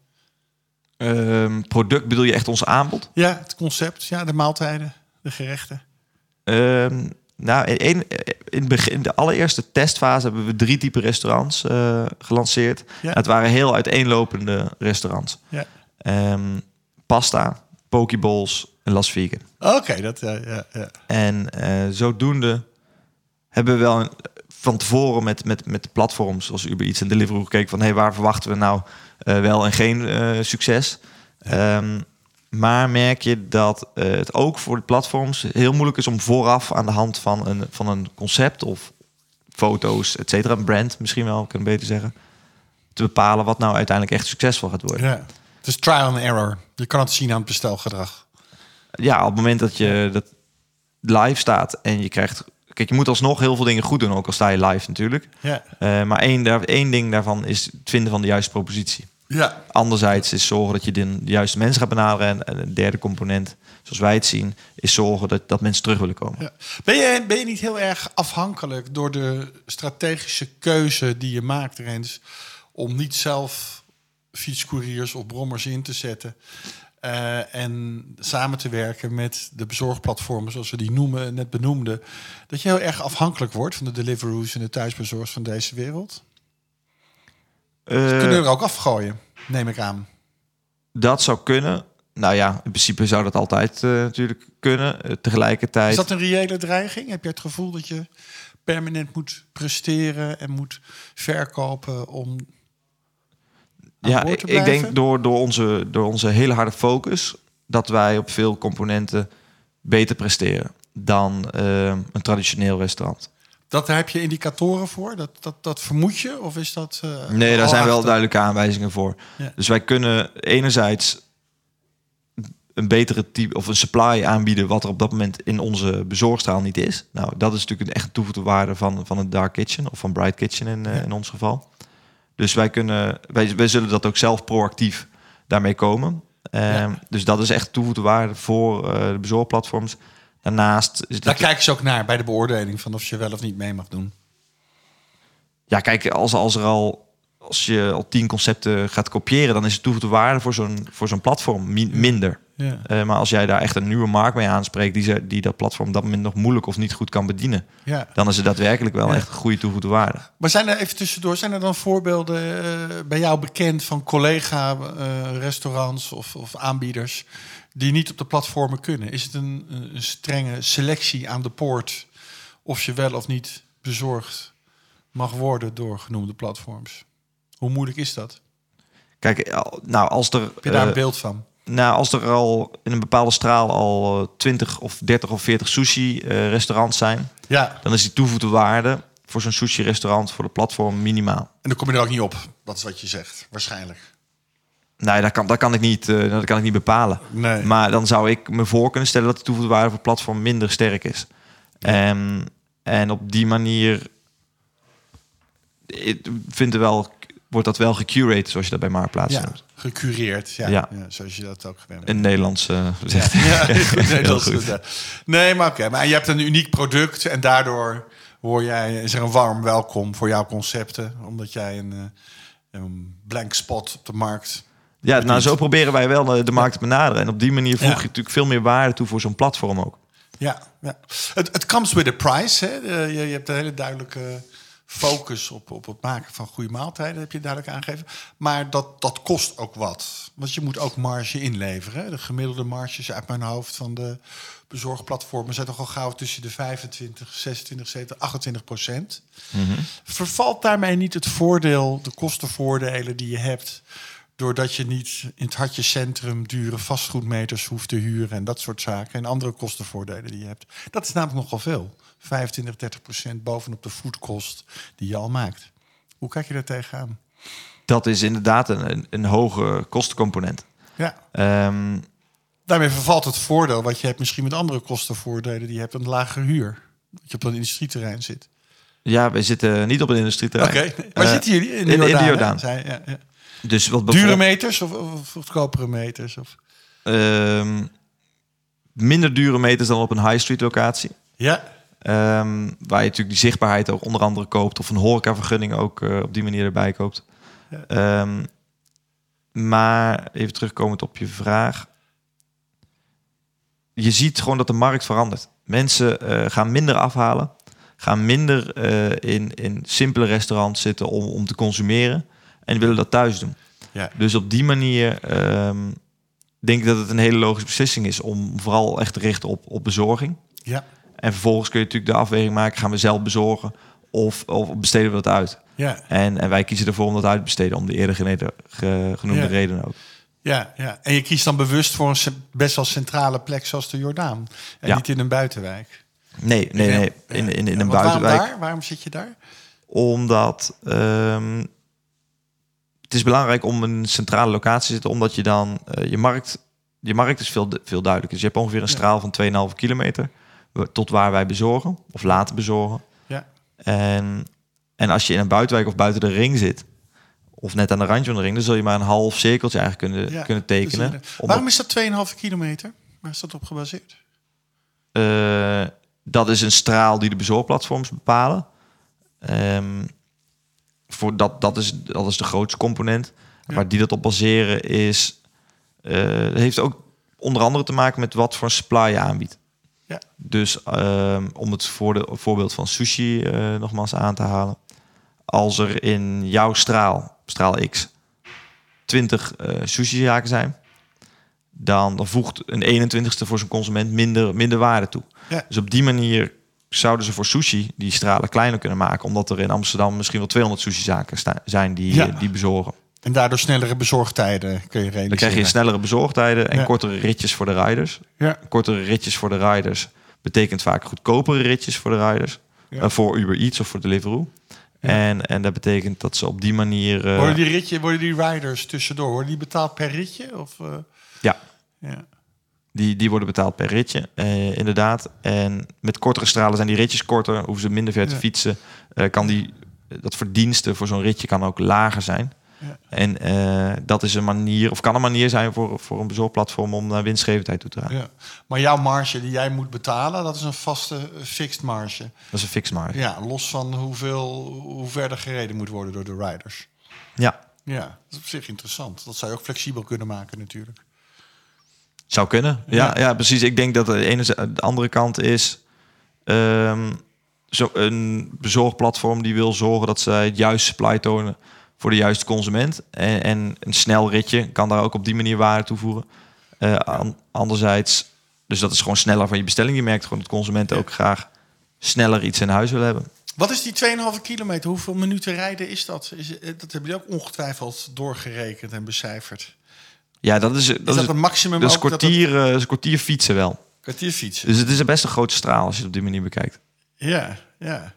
Um, product, bedoel je echt ons aanbod? Ja, het concept, ja, de maaltijden, de gerechten. Um, nou, in, in, het begin, in de allereerste testfase hebben we drie typen restaurants uh, gelanceerd. Ja. Het waren heel uiteenlopende restaurants. Ja. Um, pasta, pokeballs en Las Vegan. Oké, okay, dat ja, ja, ja. En uh, zodoende hebben we wel een, van tevoren met, met, met de platforms zoals Uber Eats en Deliveroo gekeken van hey, waar verwachten we nou uh, wel en geen uh, succes. Ja. Um, maar merk je dat uh, het ook voor de platforms heel moeilijk is om vooraf aan de hand van een, van een concept of foto's, et cetera, een brand misschien wel, ik kan het beter zeggen, te bepalen wat nou uiteindelijk echt succesvol gaat worden. Ja. Het is trial and error. Je kan het zien aan het bestelgedrag. Ja, op het moment dat je dat live staat en je krijgt... Kijk, je moet alsnog heel veel dingen goed doen, ook al sta je live natuurlijk. Ja. Uh, maar één, daar, één ding daarvan is het vinden van de juiste propositie. Ja. Anderzijds is zorgen dat je de juiste mensen gaat benaderen. En een derde component, zoals wij het zien, is zorgen dat, dat mensen terug willen komen. Ja. Ben je, ben je niet heel erg afhankelijk door de strategische keuze die je maakt, Rens, om niet zelf fietscouriers of brommers in te zetten uh, en samen te werken met de bezorgplatformen, zoals we die noemen, net benoemden, dat je heel erg afhankelijk wordt van de Deliveroo's en de thuisbezorgers van deze wereld? Uh, Ze kunnen er ook afgooien, neem ik aan. Dat zou kunnen. Nou ja, in principe zou dat altijd uh, natuurlijk kunnen. Uh, tegelijkertijd... Is dat een reële dreiging? Heb je het gevoel dat je permanent moet presteren en moet verkopen om... Ja, ik, ik denk door, door, onze, door onze hele harde focus dat wij op veel componenten beter presteren dan uh, een traditioneel restaurant. Dat heb je indicatoren voor? Dat, dat, dat vermoed je? Of is dat... Uh, nee, daar zijn wel duidelijke aanwijzingen voor. Ja. Dus wij kunnen enerzijds een betere type of een supply aanbieden wat er op dat moment in onze bezorgstraal niet is. Nou, dat is natuurlijk een echt toegevoegde waarde van, van het Dark Kitchen of van Bright Kitchen in, uh, ja. in ons geval. Dus wij kunnen, wij, wij zullen dat ook zelf proactief daarmee komen. Um, ja. Dus dat is echt toegevoegde waarde voor uh, de bezorgplatforms. Daarnaast is daar kijken ze ook naar bij de beoordeling van of je wel of niet mee mag doen. Ja, kijk, als, als er al als je al tien concepten gaat kopiëren, dan is het toegevoegde waarde voor zo'n voor zo'n platform mi- minder. Ja. Uh, maar als jij daar echt een nieuwe markt mee aanspreekt, die, ze, die dat platform op dat moment nog moeilijk of niet goed kan bedienen, ja. dan is het daadwerkelijk wel ja. echt een goede toegevoegde waarde. Maar zijn er even tussendoor, zijn er dan voorbeelden uh, bij jou bekend van collega-restaurants uh, of, of aanbieders die niet op de platformen kunnen? Is het een, een strenge selectie aan de poort of je wel of niet bezorgd mag worden door genoemde platforms? Hoe moeilijk is dat? Kijk, nou als er... Heb je daar uh, een beeld van? Nou, als er al in een bepaalde straal al twintig of dertig of veertig sushi-restaurants uh, zijn, ja. dan is die toegevoegde waarde voor zo'n sushi-restaurant voor de platform minimaal. En dan kom je er ook niet op, dat is wat je zegt, waarschijnlijk. Nee, dat kan, dat kan, ik, niet, uh, dat kan ik niet bepalen. Nee. Maar dan zou ik me voor kunnen stellen dat de toegevoegde waarde voor het platform minder sterk is. Ja. Um, en op die manier ik vind er wel, wordt dat wel gecurated, zoals je dat bij Marktplaats ja, noemt. Gecureerd, ja, ja. ja. Zoals je dat ook gewend bent. In Nederlands uh, zegt. Ja, ja, goed, Nederlands goed. Ja. Nee, maar oké. Okay. Maar je hebt een uniek product en daardoor hoor jij, is er een warm welkom voor jouw concepten, omdat jij een, een blank spot op de markt. Ja, bedient. Nou zo proberen wij wel de markt te benaderen. En op die manier voeg je ja. natuurlijk veel meer waarde toe voor zo'n platform ook. Ja, ja. Het, het comes with a price. Hè? Je, je hebt een hele duidelijke focus op, op het maken van goede maaltijden, heb je duidelijk aangegeven. Maar dat, dat kost ook wat. Want je moet ook marge inleveren. Hè? De gemiddelde marges uit mijn hoofd van de bezorgplatformen zijn toch al gauw tussen de vijfentwintig, zesentwintig, zevenentwintig, achtentwintig procent. Mm-hmm. Vervalt daarmee niet het voordeel, de kostenvoordelen die je hebt, doordat je niet in het hartje centrum dure vastgoedmeters hoeft te huren en dat soort zaken en andere kostenvoordelen die je hebt? Dat is namelijk nogal veel. vijfentwintig, dertig procent bovenop de voedkost die je al maakt. Hoe kijk je daar tegenaan? Dat is inderdaad een, een hoge kostencomponent. Ja. Um, Daarmee vervalt het voordeel wat je hebt misschien met andere kostenvoordelen die je hebt, een lagere huur. Dat je op een industrieterrein zit. Ja, wij zitten niet op een industrieterrein. Oké, okay. Waar uh, zitten jullie? In de in, Jordaan. In de Jordaan. Zij, ja, ja. Dus wat dure meters of, of goedkopere meters? Of? Um, minder dure meters dan op een high street locatie. Ja. Um, waar je natuurlijk die zichtbaarheid ook onder andere koopt, of een horecavergunning ook uh, op die manier erbij koopt. Ja. Um, maar even terugkomend op je vraag. Je ziet gewoon dat de markt verandert. Mensen uh, gaan minder afhalen, gaan minder uh, in, in simpele restaurants zitten om, om te consumeren en willen dat thuis doen. Ja. Dus op die manier um, denk ik dat het een hele logische beslissing is om vooral echt te richten op, op bezorging. Ja. En vervolgens kun je natuurlijk de afweging maken, gaan we zelf bezorgen of, of besteden we dat uit? Ja. En, en wij kiezen ervoor om dat uit te besteden, om de eerder geneden, ge, genoemde ja. redenen ook. Ja, ja, en je kiest dan bewust voor een best wel centrale plek zoals de Jordaan. En ja. niet in een buitenwijk. Nee, nee, nee. In, in, in een buitenwijk. Waarom daar? Waarom zit je daar? Omdat um, het is belangrijk om een centrale locatie te zitten, omdat je dan uh, je markt, je markt is veel, veel duidelijker. Dus je hebt ongeveer een straal van twee komma vijf kilometer tot waar wij bezorgen of laten bezorgen. Ja. En, en als je in een buitenwijk of buiten de ring zit, of net aan de randje van de ring, dan zul je maar een half cirkeltje eigenlijk kunnen, ja, kunnen tekenen. Dus waarom is dat twee komma vijf kilometer? Waar is dat op gebaseerd? Uh, dat is een straal die de bezorgplatforms bepalen. Um, voor dat, dat, is, dat is de grootste component. Ja. Waar die dat op baseren is, uh, heeft ook onder andere te maken met wat voor supply je aanbiedt. Ja. Dus um, om het voor de, voorbeeld van sushi uh, nogmaals aan te halen. Als er in jouw straal, straal X, twintig uh, sushi-zaken zijn, dan, dan voegt een eenentwintigste voor zijn consument minder, minder waarde toe. Ja. Dus op die manier zouden ze voor sushi die stralen kleiner kunnen maken, omdat er in Amsterdam misschien wel tweehonderd sushi-zaken sta- zijn die, ja. die bezorgen. En daardoor snellere bezorgtijden kun je realiseren. Dan krijg je snellere bezorgtijden en ja. kortere ritjes voor de riders. Ja. Kortere ritjes voor de riders betekent vaak goedkopere ritjes voor de riders. Ja. Uh, voor Uber Eats of voor Deliveroo. Ja. En, en dat betekent dat ze op die manier... Uh, worden die ritje, worden die riders tussendoor, worden die betaald per ritje? Of, uh... Ja. ja. Die, die worden betaald per ritje, uh, inderdaad. En met kortere stralen zijn die ritjes korter, hoeven ze minder ver te ja. fietsen. Uh, kan die, dat verdienste voor zo'n ritje kan ook lager zijn. Ja. En uh, dat is een manier, of kan een manier zijn voor, voor een bezorgplatform om naar winstgevendheid toe te gaan. Ja. Maar jouw marge die jij moet betalen, dat is een vaste fixed marge. Dat is een fixed marge. Ja, los van hoeveel, hoe verder gereden moet worden door de riders. Ja. Ja, dat is op zich interessant. Dat zou je ook flexibel kunnen maken natuurlijk. Zou kunnen, ja, ja. ja precies. Ik denk dat de ene de andere kant is um, zo een bezorgplatform die wil zorgen dat zij het juiste supply tonen voor de juiste consument. En, en een snel ritje kan daar ook op die manier waarde toevoegen. Uh, an, anderzijds, dus dat is gewoon sneller van je bestelling. Je merkt gewoon dat consumenten ook graag sneller iets in huis willen hebben. Wat is die twee komma vijf kilometer? Hoeveel minuten rijden is dat? Is, dat hebben jullie ook ongetwijfeld doorgerekend en becijferd. Ja, dat is, dat is dat is een maximum. Dat is kwartier, dat het... een kwartier fietsen wel. Kwartier fietsen. Dus het is een best een grote straal als je het op die manier bekijkt. Ja, ja.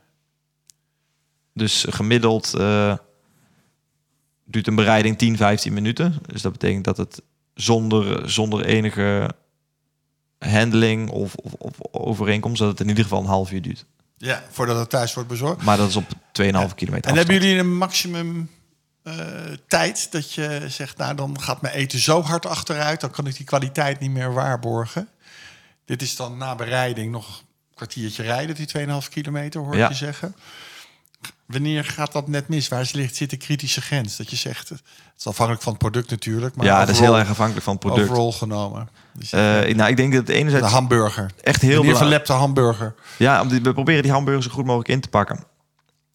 Dus gemiddeld uh, duurt een bereiding tien, vijftien minuten. Dus dat betekent dat het zonder, zonder enige handling of, of, of overeenkomst, dat het in ieder geval een half uur duurt. Ja, voordat het thuis wordt bezorgd. Maar dat is op twee komma vijf ja. kilometer En afstand. hebben jullie een maximum uh, tijd dat je zegt, nou dan gaat mijn eten zo hard achteruit, dan kan ik die kwaliteit niet meer waarborgen. Dit is dan na bereiding nog een kwartiertje rijden, die twee komma vijf kilometer, hoor ik ja. je zeggen. Wanneer gaat dat net mis? Waar ligt, zit de kritische grens? Dat je zegt, het is afhankelijk van het product natuurlijk. Maar ja, overal, dat is heel erg afhankelijk van het product. Overal genomen. Dus uh, nou, ik denk dat het enerzijds... De hamburger. Echt heel belangrijk. Verlepte hamburger. Ja, we proberen die hamburger zo goed mogelijk in te pakken.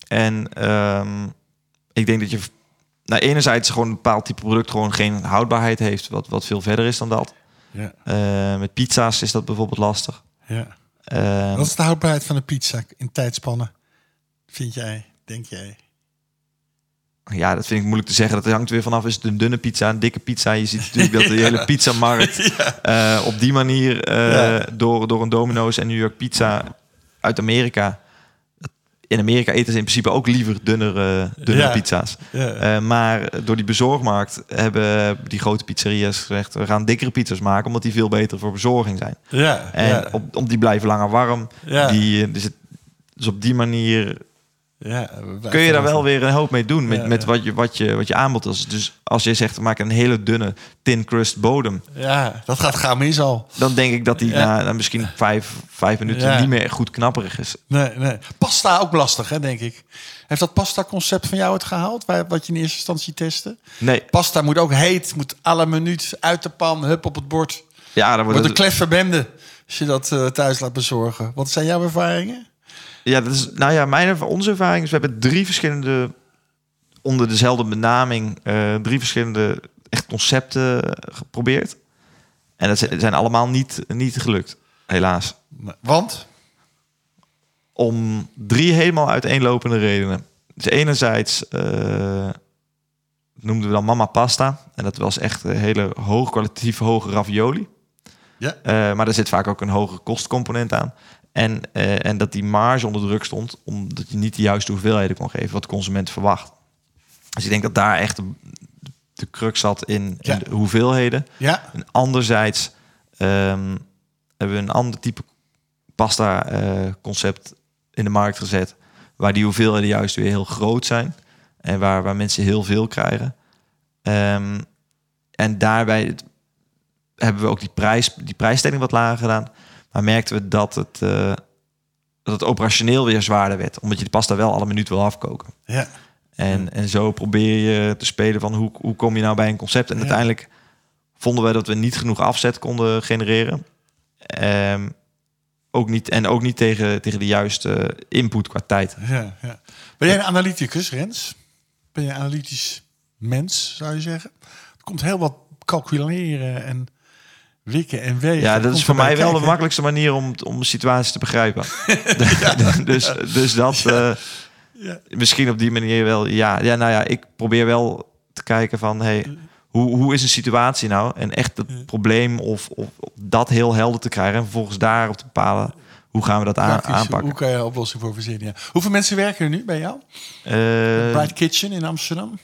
En um, ik denk dat je... Nou, enerzijds gewoon een bepaald type product gewoon geen houdbaarheid heeft, wat, wat veel verder is dan dat. Ja. Uh, met pizza's is dat bijvoorbeeld lastig. Ja. Uh, wat is de houdbaarheid van de pizza in tijdspannen, vind jij, denk jij? Ja, dat vind ik moeilijk te zeggen. Dat hangt weer vanaf, is het een dunne pizza, een dikke pizza. Je ziet natuurlijk dat de hele pizzamarkt ja. uh, op die manier uh, ja. door, door een Domino's en New York Pizza uit Amerika. In Amerika eten ze in principe ook liever dunnere, dunnere ja. pizza's. Ja. Uh, maar door die bezorgmarkt hebben die grote pizzeria's gezegd, we gaan dikkere pizza's maken, omdat die veel beter voor bezorging zijn. Ja. En ja. op, op die blijven langer warm. Ja. Die, dus, het, dus op die manier... Ja, kun je daar wel weer een hoop mee doen met, ja, met ja. Wat, je, wat, je, wat je aanbod is. Dus als je zegt, we maken een hele dunne thin crust bodem. Ja, dat gaat gaan mis al. Dan denk ik dat die ja. na, na misschien vijf, vijf minuten ja. niet meer goed knapperig is. Nee, nee. Pasta ook lastig, hè, denk ik. Heeft dat pasta-concept van jou het gehaald? Wat je in eerste instantie testte? Nee. Pasta moet ook heet, moet à la minuut uit de pan, hup op het bord. Ja, dan wordt het een kleffe bende als je dat uh, thuis laat bezorgen. Wat zijn jouw ervaringen? Ja, dat is, nou ja, mijn, onze ervaring is, we hebben drie verschillende, onder dezelfde benaming, uh, drie verschillende echt concepten geprobeerd. En dat zijn allemaal niet, niet gelukt, helaas. Want? Om drie helemaal uiteenlopende redenen. Dus enerzijds uh, noemden we dan mama pasta. En dat was echt een hele hoog kwalitatief hoge ravioli. Ja. Uh, maar er zit vaak ook een hogere kostcomponent aan. En, uh, en dat die marge onder druk stond, omdat je niet de juiste hoeveelheden kon geven wat de consument verwacht. Dus ik denk dat daar echt de, de crux zat in, ja. in de hoeveelheden. Ja. En anderzijds um, hebben we een ander type pasta uh, concept in de markt gezet, waar die hoeveelheden juist weer heel groot zijn en waar, waar mensen heel veel krijgen. Um, en daarbij hebben we ook die, prijs, die prijsstelling wat lager gedaan. Maar merkten we dat het, uh, dat het operationeel weer zwaarder werd. Omdat je de pasta wel alle minuut wil afkoken. Ja. En, en zo probeer je te spelen van hoe, hoe kom je nou bij een concept. En ja. uiteindelijk vonden we dat we niet genoeg afzet konden genereren. Um, ook niet, en ook niet tegen, tegen de juiste input qua tijd. Ja, ja. Ben jij een analyticus, Rens? Ben je een analytisch mens, zou je zeggen? Er komt heel wat calculeren en... wikken en wegen. Ja, dat is voor mij wel kijken. De makkelijkste manier om, om een situatie te begrijpen. ja. dus, dus dat ja. Uh, ja. misschien op die manier wel. Ja, ja, nou ja, ik probeer wel te kijken van, hey, hoe, hoe is een situatie nou? En echt het ja. probleem of, of, of dat heel helder te krijgen en vervolgens daarop te bepalen hoe gaan we dat aan, aanpakken. Hoe kan je een oplossing voor verzinnen? Ja. Hoeveel mensen werken er nu bij jou? Uh, Bright Kitchen in Amsterdam?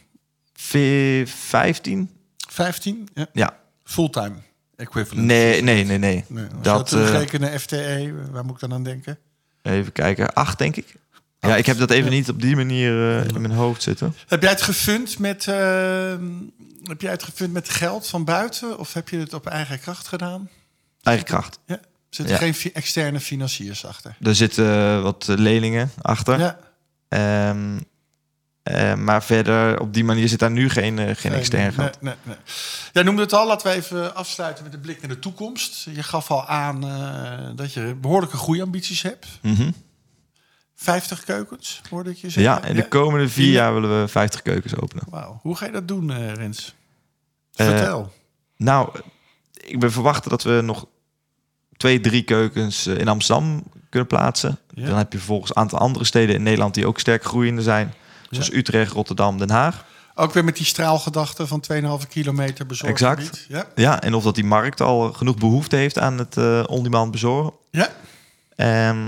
vijftien. vijftien? Ja. ja. Fulltime? Equivalent. Nee, nee, nee, nee. nee dat teruggekeken naar F T E, waar moet ik dan aan denken? Even kijken, acht denk ik. Acht. Ja, ik heb dat even ja. niet op die manier uh, in mijn hoofd zitten. Heb jij het gefund met, uh, heb jij het gefund met geld van buiten, of heb je het op eigen kracht gedaan? Eigen kracht. Ja. Zitten ja. geen fi- externe financiers achter? Er zitten uh, wat leningen achter. Ja. Um, Uh, maar verder, op die manier zit daar nu geen, uh, geen nee, extern geld. Nee, nee, nee. Jij noemde het al, laten we even afsluiten met een blik naar de toekomst. Je gaf al aan uh, dat je behoorlijke groeiambities hebt. Mm-hmm. vijftig keukens, hoorde ik je zeggen. Ja, in de komende vier ja. jaar willen we vijftig keukens openen. Wauw. Hoe ga je dat doen, uh, Rens? Vertel. Uh, nou, ik ben verwachten dat we nog twee, drie keukens uh, in Amsterdam kunnen plaatsen. Ja. Dan heb je vervolgens een aantal andere steden in Nederland die ook sterk groeiende zijn. Zoals ja. Utrecht, Rotterdam, Den Haag. Ook weer met die straalgedachte van twee komma vijf kilometer bezorgd. Exact. Ja. ja, en of dat die markt al genoeg behoefte heeft aan het uh, on-demand bezorgen. Ja. Um,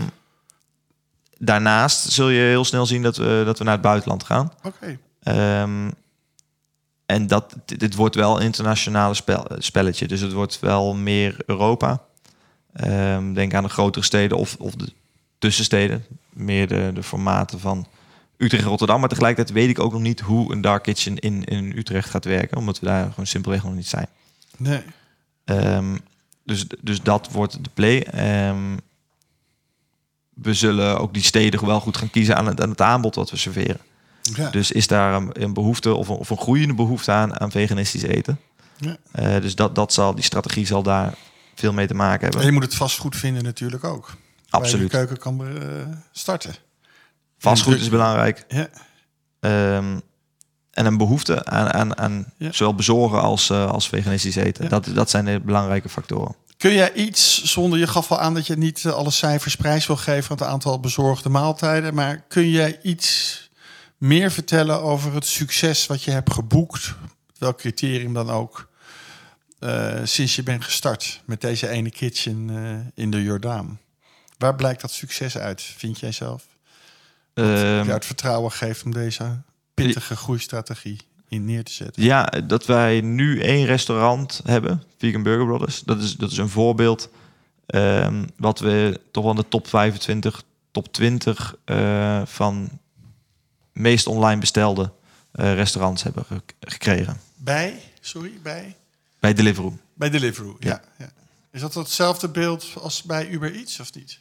daarnaast zul je heel snel zien dat we, dat we naar het buitenland gaan. Oké. Okay. Um, en dat, dit wordt wel een internationale spel, spelletje. Dus het wordt wel meer Europa. Um, denk aan de grotere steden of, of de tussensteden. Meer de, de formaten van Utrecht en Rotterdam. Maar tegelijkertijd weet ik ook nog niet hoe een dark kitchen in, in Utrecht gaat werken. Omdat we daar gewoon simpelweg nog niet zijn. Nee. Um, dus, dus dat wordt de play. Um, we zullen ook die steden wel goed gaan kiezen aan het, aan het aanbod wat we serveren. Ja. Dus is daar een, een behoefte of een, of een groeiende behoefte aan, aan veganistisch eten. Ja. Uh, dus dat, dat zal, die strategie zal daar veel mee te maken hebben. En je moet het vastgoed vinden natuurlijk ook. Absoluut. Waar je de keuken kan uh, starten. Vastgoed is belangrijk. Ja. Um, en een behoefte aan, aan, aan ja. zowel bezorgen als, uh, als veganistisch eten. Ja. Dat, dat zijn de belangrijke factoren. Kun jij iets, zonder je gaf al aan dat je niet alle cijfers prijs wil geven van het aantal bezorgde maaltijden, maar kun jij iets meer vertellen over het succes wat je hebt geboekt, welk criterium dan ook, uh, sinds je bent gestart met deze ene kitchen uh, in de Jordaan? Waar blijkt dat succes uit, vind jij zelf? Wat um, jou het vertrouwen geeft om deze pittige groeistrategie in neer te zetten? Ja, dat wij nu één restaurant hebben, Vegan Burger Brothers. Dat is, dat is een voorbeeld um, wat we toch wel in de top vijfentwintig, top twintig uh, van meest online bestelde uh, restaurants hebben ge- gekregen. Bij? Sorry, bij? Bij Deliveroo. Bij Deliveroo, ja. ja. ja. Is dat hetzelfde beeld als bij Uber Eats of niet?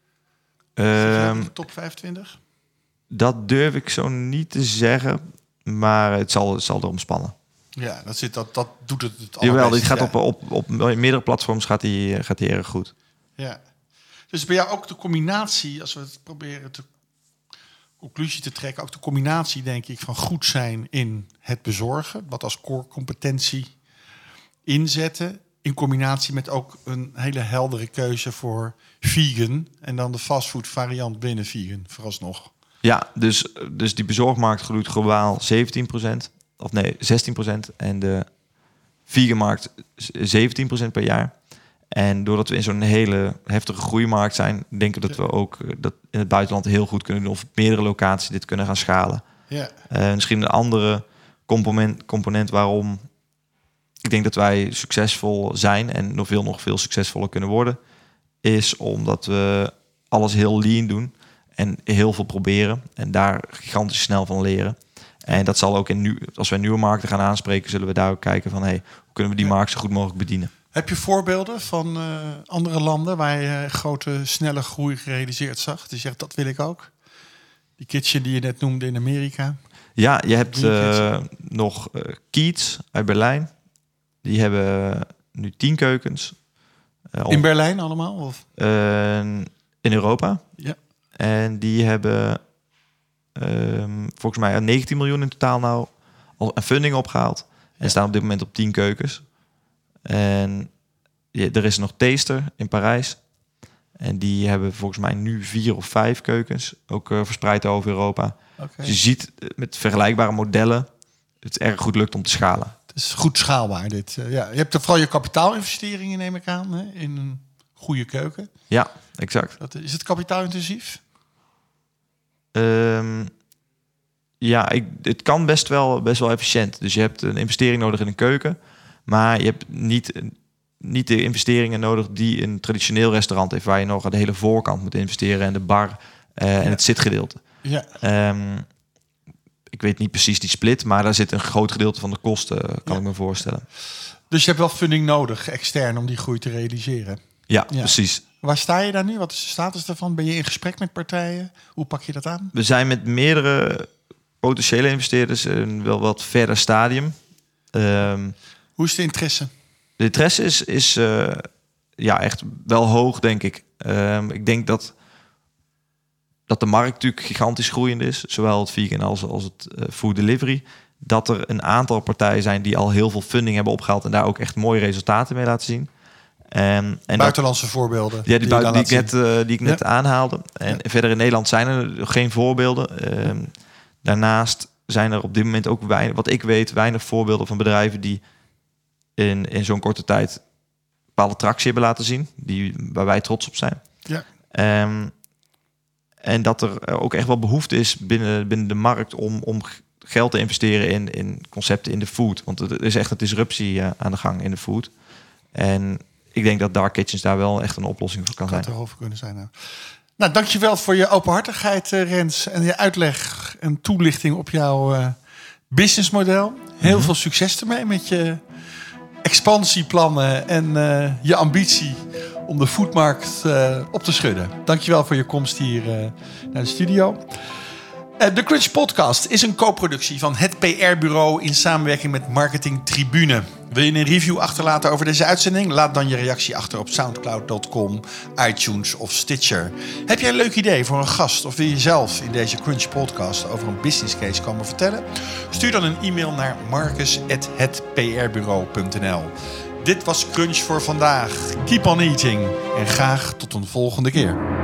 Um, top vijfentwintig? Dat durf ik zo niet te zeggen, maar het zal, het zal erom spannen. Ja, dat, zit, dat, dat doet het het Jawel, dit gaat ja. op, op, op meerdere platforms gaat die, gaat die erg goed. Ja. Dus bij jou ook de combinatie, als we het proberen te conclusie te trekken, ook de combinatie, denk ik, van goed zijn in het bezorgen, wat als core competentie inzetten, in combinatie met ook een hele heldere keuze voor vegan en dan de fastfood variant binnen vegan, vooralsnog. Ja, dus, dus die bezorgmarkt groeit globaal zeventien procent, of nee, zestien procent en de veganmarkt zeventien procent per jaar. En doordat we in zo'n hele heftige groeimarkt zijn, denken we dat we ook dat in het buitenland heel goed kunnen doen, of op meerdere locaties dit kunnen gaan schalen. Ja. Uh, misschien een andere component, component waarom ik denk dat wij succesvol zijn en nog veel, nog veel succesvoller kunnen worden, is omdat we alles heel lean doen en heel veel proberen en daar gigantisch snel van leren. En dat zal ook in nu, als wij nieuwe markten gaan aanspreken, zullen we daar ook kijken van, hey, hoe kunnen we die markt zo goed mogelijk bedienen? Heb je voorbeelden van uh, andere landen waar je grote, snelle groei gerealiseerd zag? Dus je zegt, dat wil ik ook. Die kitchen die je net noemde in Amerika. Ja, je hebt uh, nog uh, Keats uit Berlijn. Die hebben nu tien keukens. Uh, in Berlijn allemaal? Of? Uh, in Europa. Ja. En die hebben uh, volgens mij negentien miljoen in totaal nou al een funding opgehaald. En ja. staan op dit moment op tien keukens. En ja, er is nog Taster in Parijs. En die hebben volgens mij nu vier of vijf keukens. Ook uh, verspreid over Europa. Okay. Dus je ziet met vergelijkbare modellen het erg goed lukt om te schalen. Het is goed schaalbaar dit. Uh, ja. Je hebt er vooral je kapitaalinvesteringen, neem ik aan, hè, in een goede keuken. Ja, exact. Dat, is het kapitaalintensief? Um, ja, ik, het kan best wel, best wel efficiënt. Dus je hebt een investering nodig in een keuken. Maar je hebt niet, niet de investeringen nodig die een traditioneel restaurant heeft, waar je nog aan de hele voorkant moet investeren en de bar uh, ja. en het zitgedeelte. Ja. Um, ik weet niet precies die split, maar daar zit een groot gedeelte van de kosten, kan ja. ik me voorstellen. Dus je hebt wel funding nodig, extern, om die groei te realiseren? Ja, ja, precies. Waar sta je daar nu? Wat is de status daarvan? Ben je in gesprek met partijen? Hoe pak je dat aan? We zijn met meerdere potentiële investeerders in een wel wat verder stadium. Um, Hoe is de interesse? De interesse is, is uh, ja, echt wel hoog, denk ik. Um, ik denk dat, dat de markt natuurlijk gigantisch groeiend is. Zowel het vegan als, als het uh, food delivery. Dat er een aantal partijen zijn die al heel veel funding hebben opgehaald en daar ook echt mooie resultaten mee laten zien. Um, en Buitenlandse dat, voorbeelden. Ja, die, die, die, die ik net, uh, die ik net ja. aanhaalde. En ja. verder in Nederland zijn er geen voorbeelden. Um, daarnaast zijn er op dit moment ook weinig, wat ik weet, weinig voorbeelden van bedrijven die in, in zo'n korte tijd bepaalde tractie hebben laten zien, die, waar wij trots op zijn. Ja. Um, en dat er ook echt wel behoefte is binnen, binnen de markt om, om geld te investeren in, in concepten in de food. Want er is echt een disruptie uh, aan de gang in de food. En ik denk dat dark kitchens daar wel echt een oplossing voor kan, kan zijn. Erover kunnen zijn. Nou. nou, dankjewel voor je openhartigheid, uh, Rens, en je uitleg en toelichting op jouw uh, businessmodel. Heel mm-hmm. veel succes ermee met je expansieplannen en uh, je ambitie om de foodmarkt uh, op te schudden. Dankjewel voor je komst hier uh, naar de studio. De Crunch Podcast is een co-productie van het P R-bureau in samenwerking met Marketing Tribune. Wil je een review achterlaten over deze uitzending? Laat dan je reactie achter op soundcloud punt com, iTunes of Stitcher. Heb jij een leuk idee voor een gast of wil je zelf in deze Crunch Podcast over een business case komen vertellen? Stuur dan een e-mail naar marcus at het p r bureau punt n l. Dit was Crunch voor vandaag. Keep on eating en graag tot een volgende keer.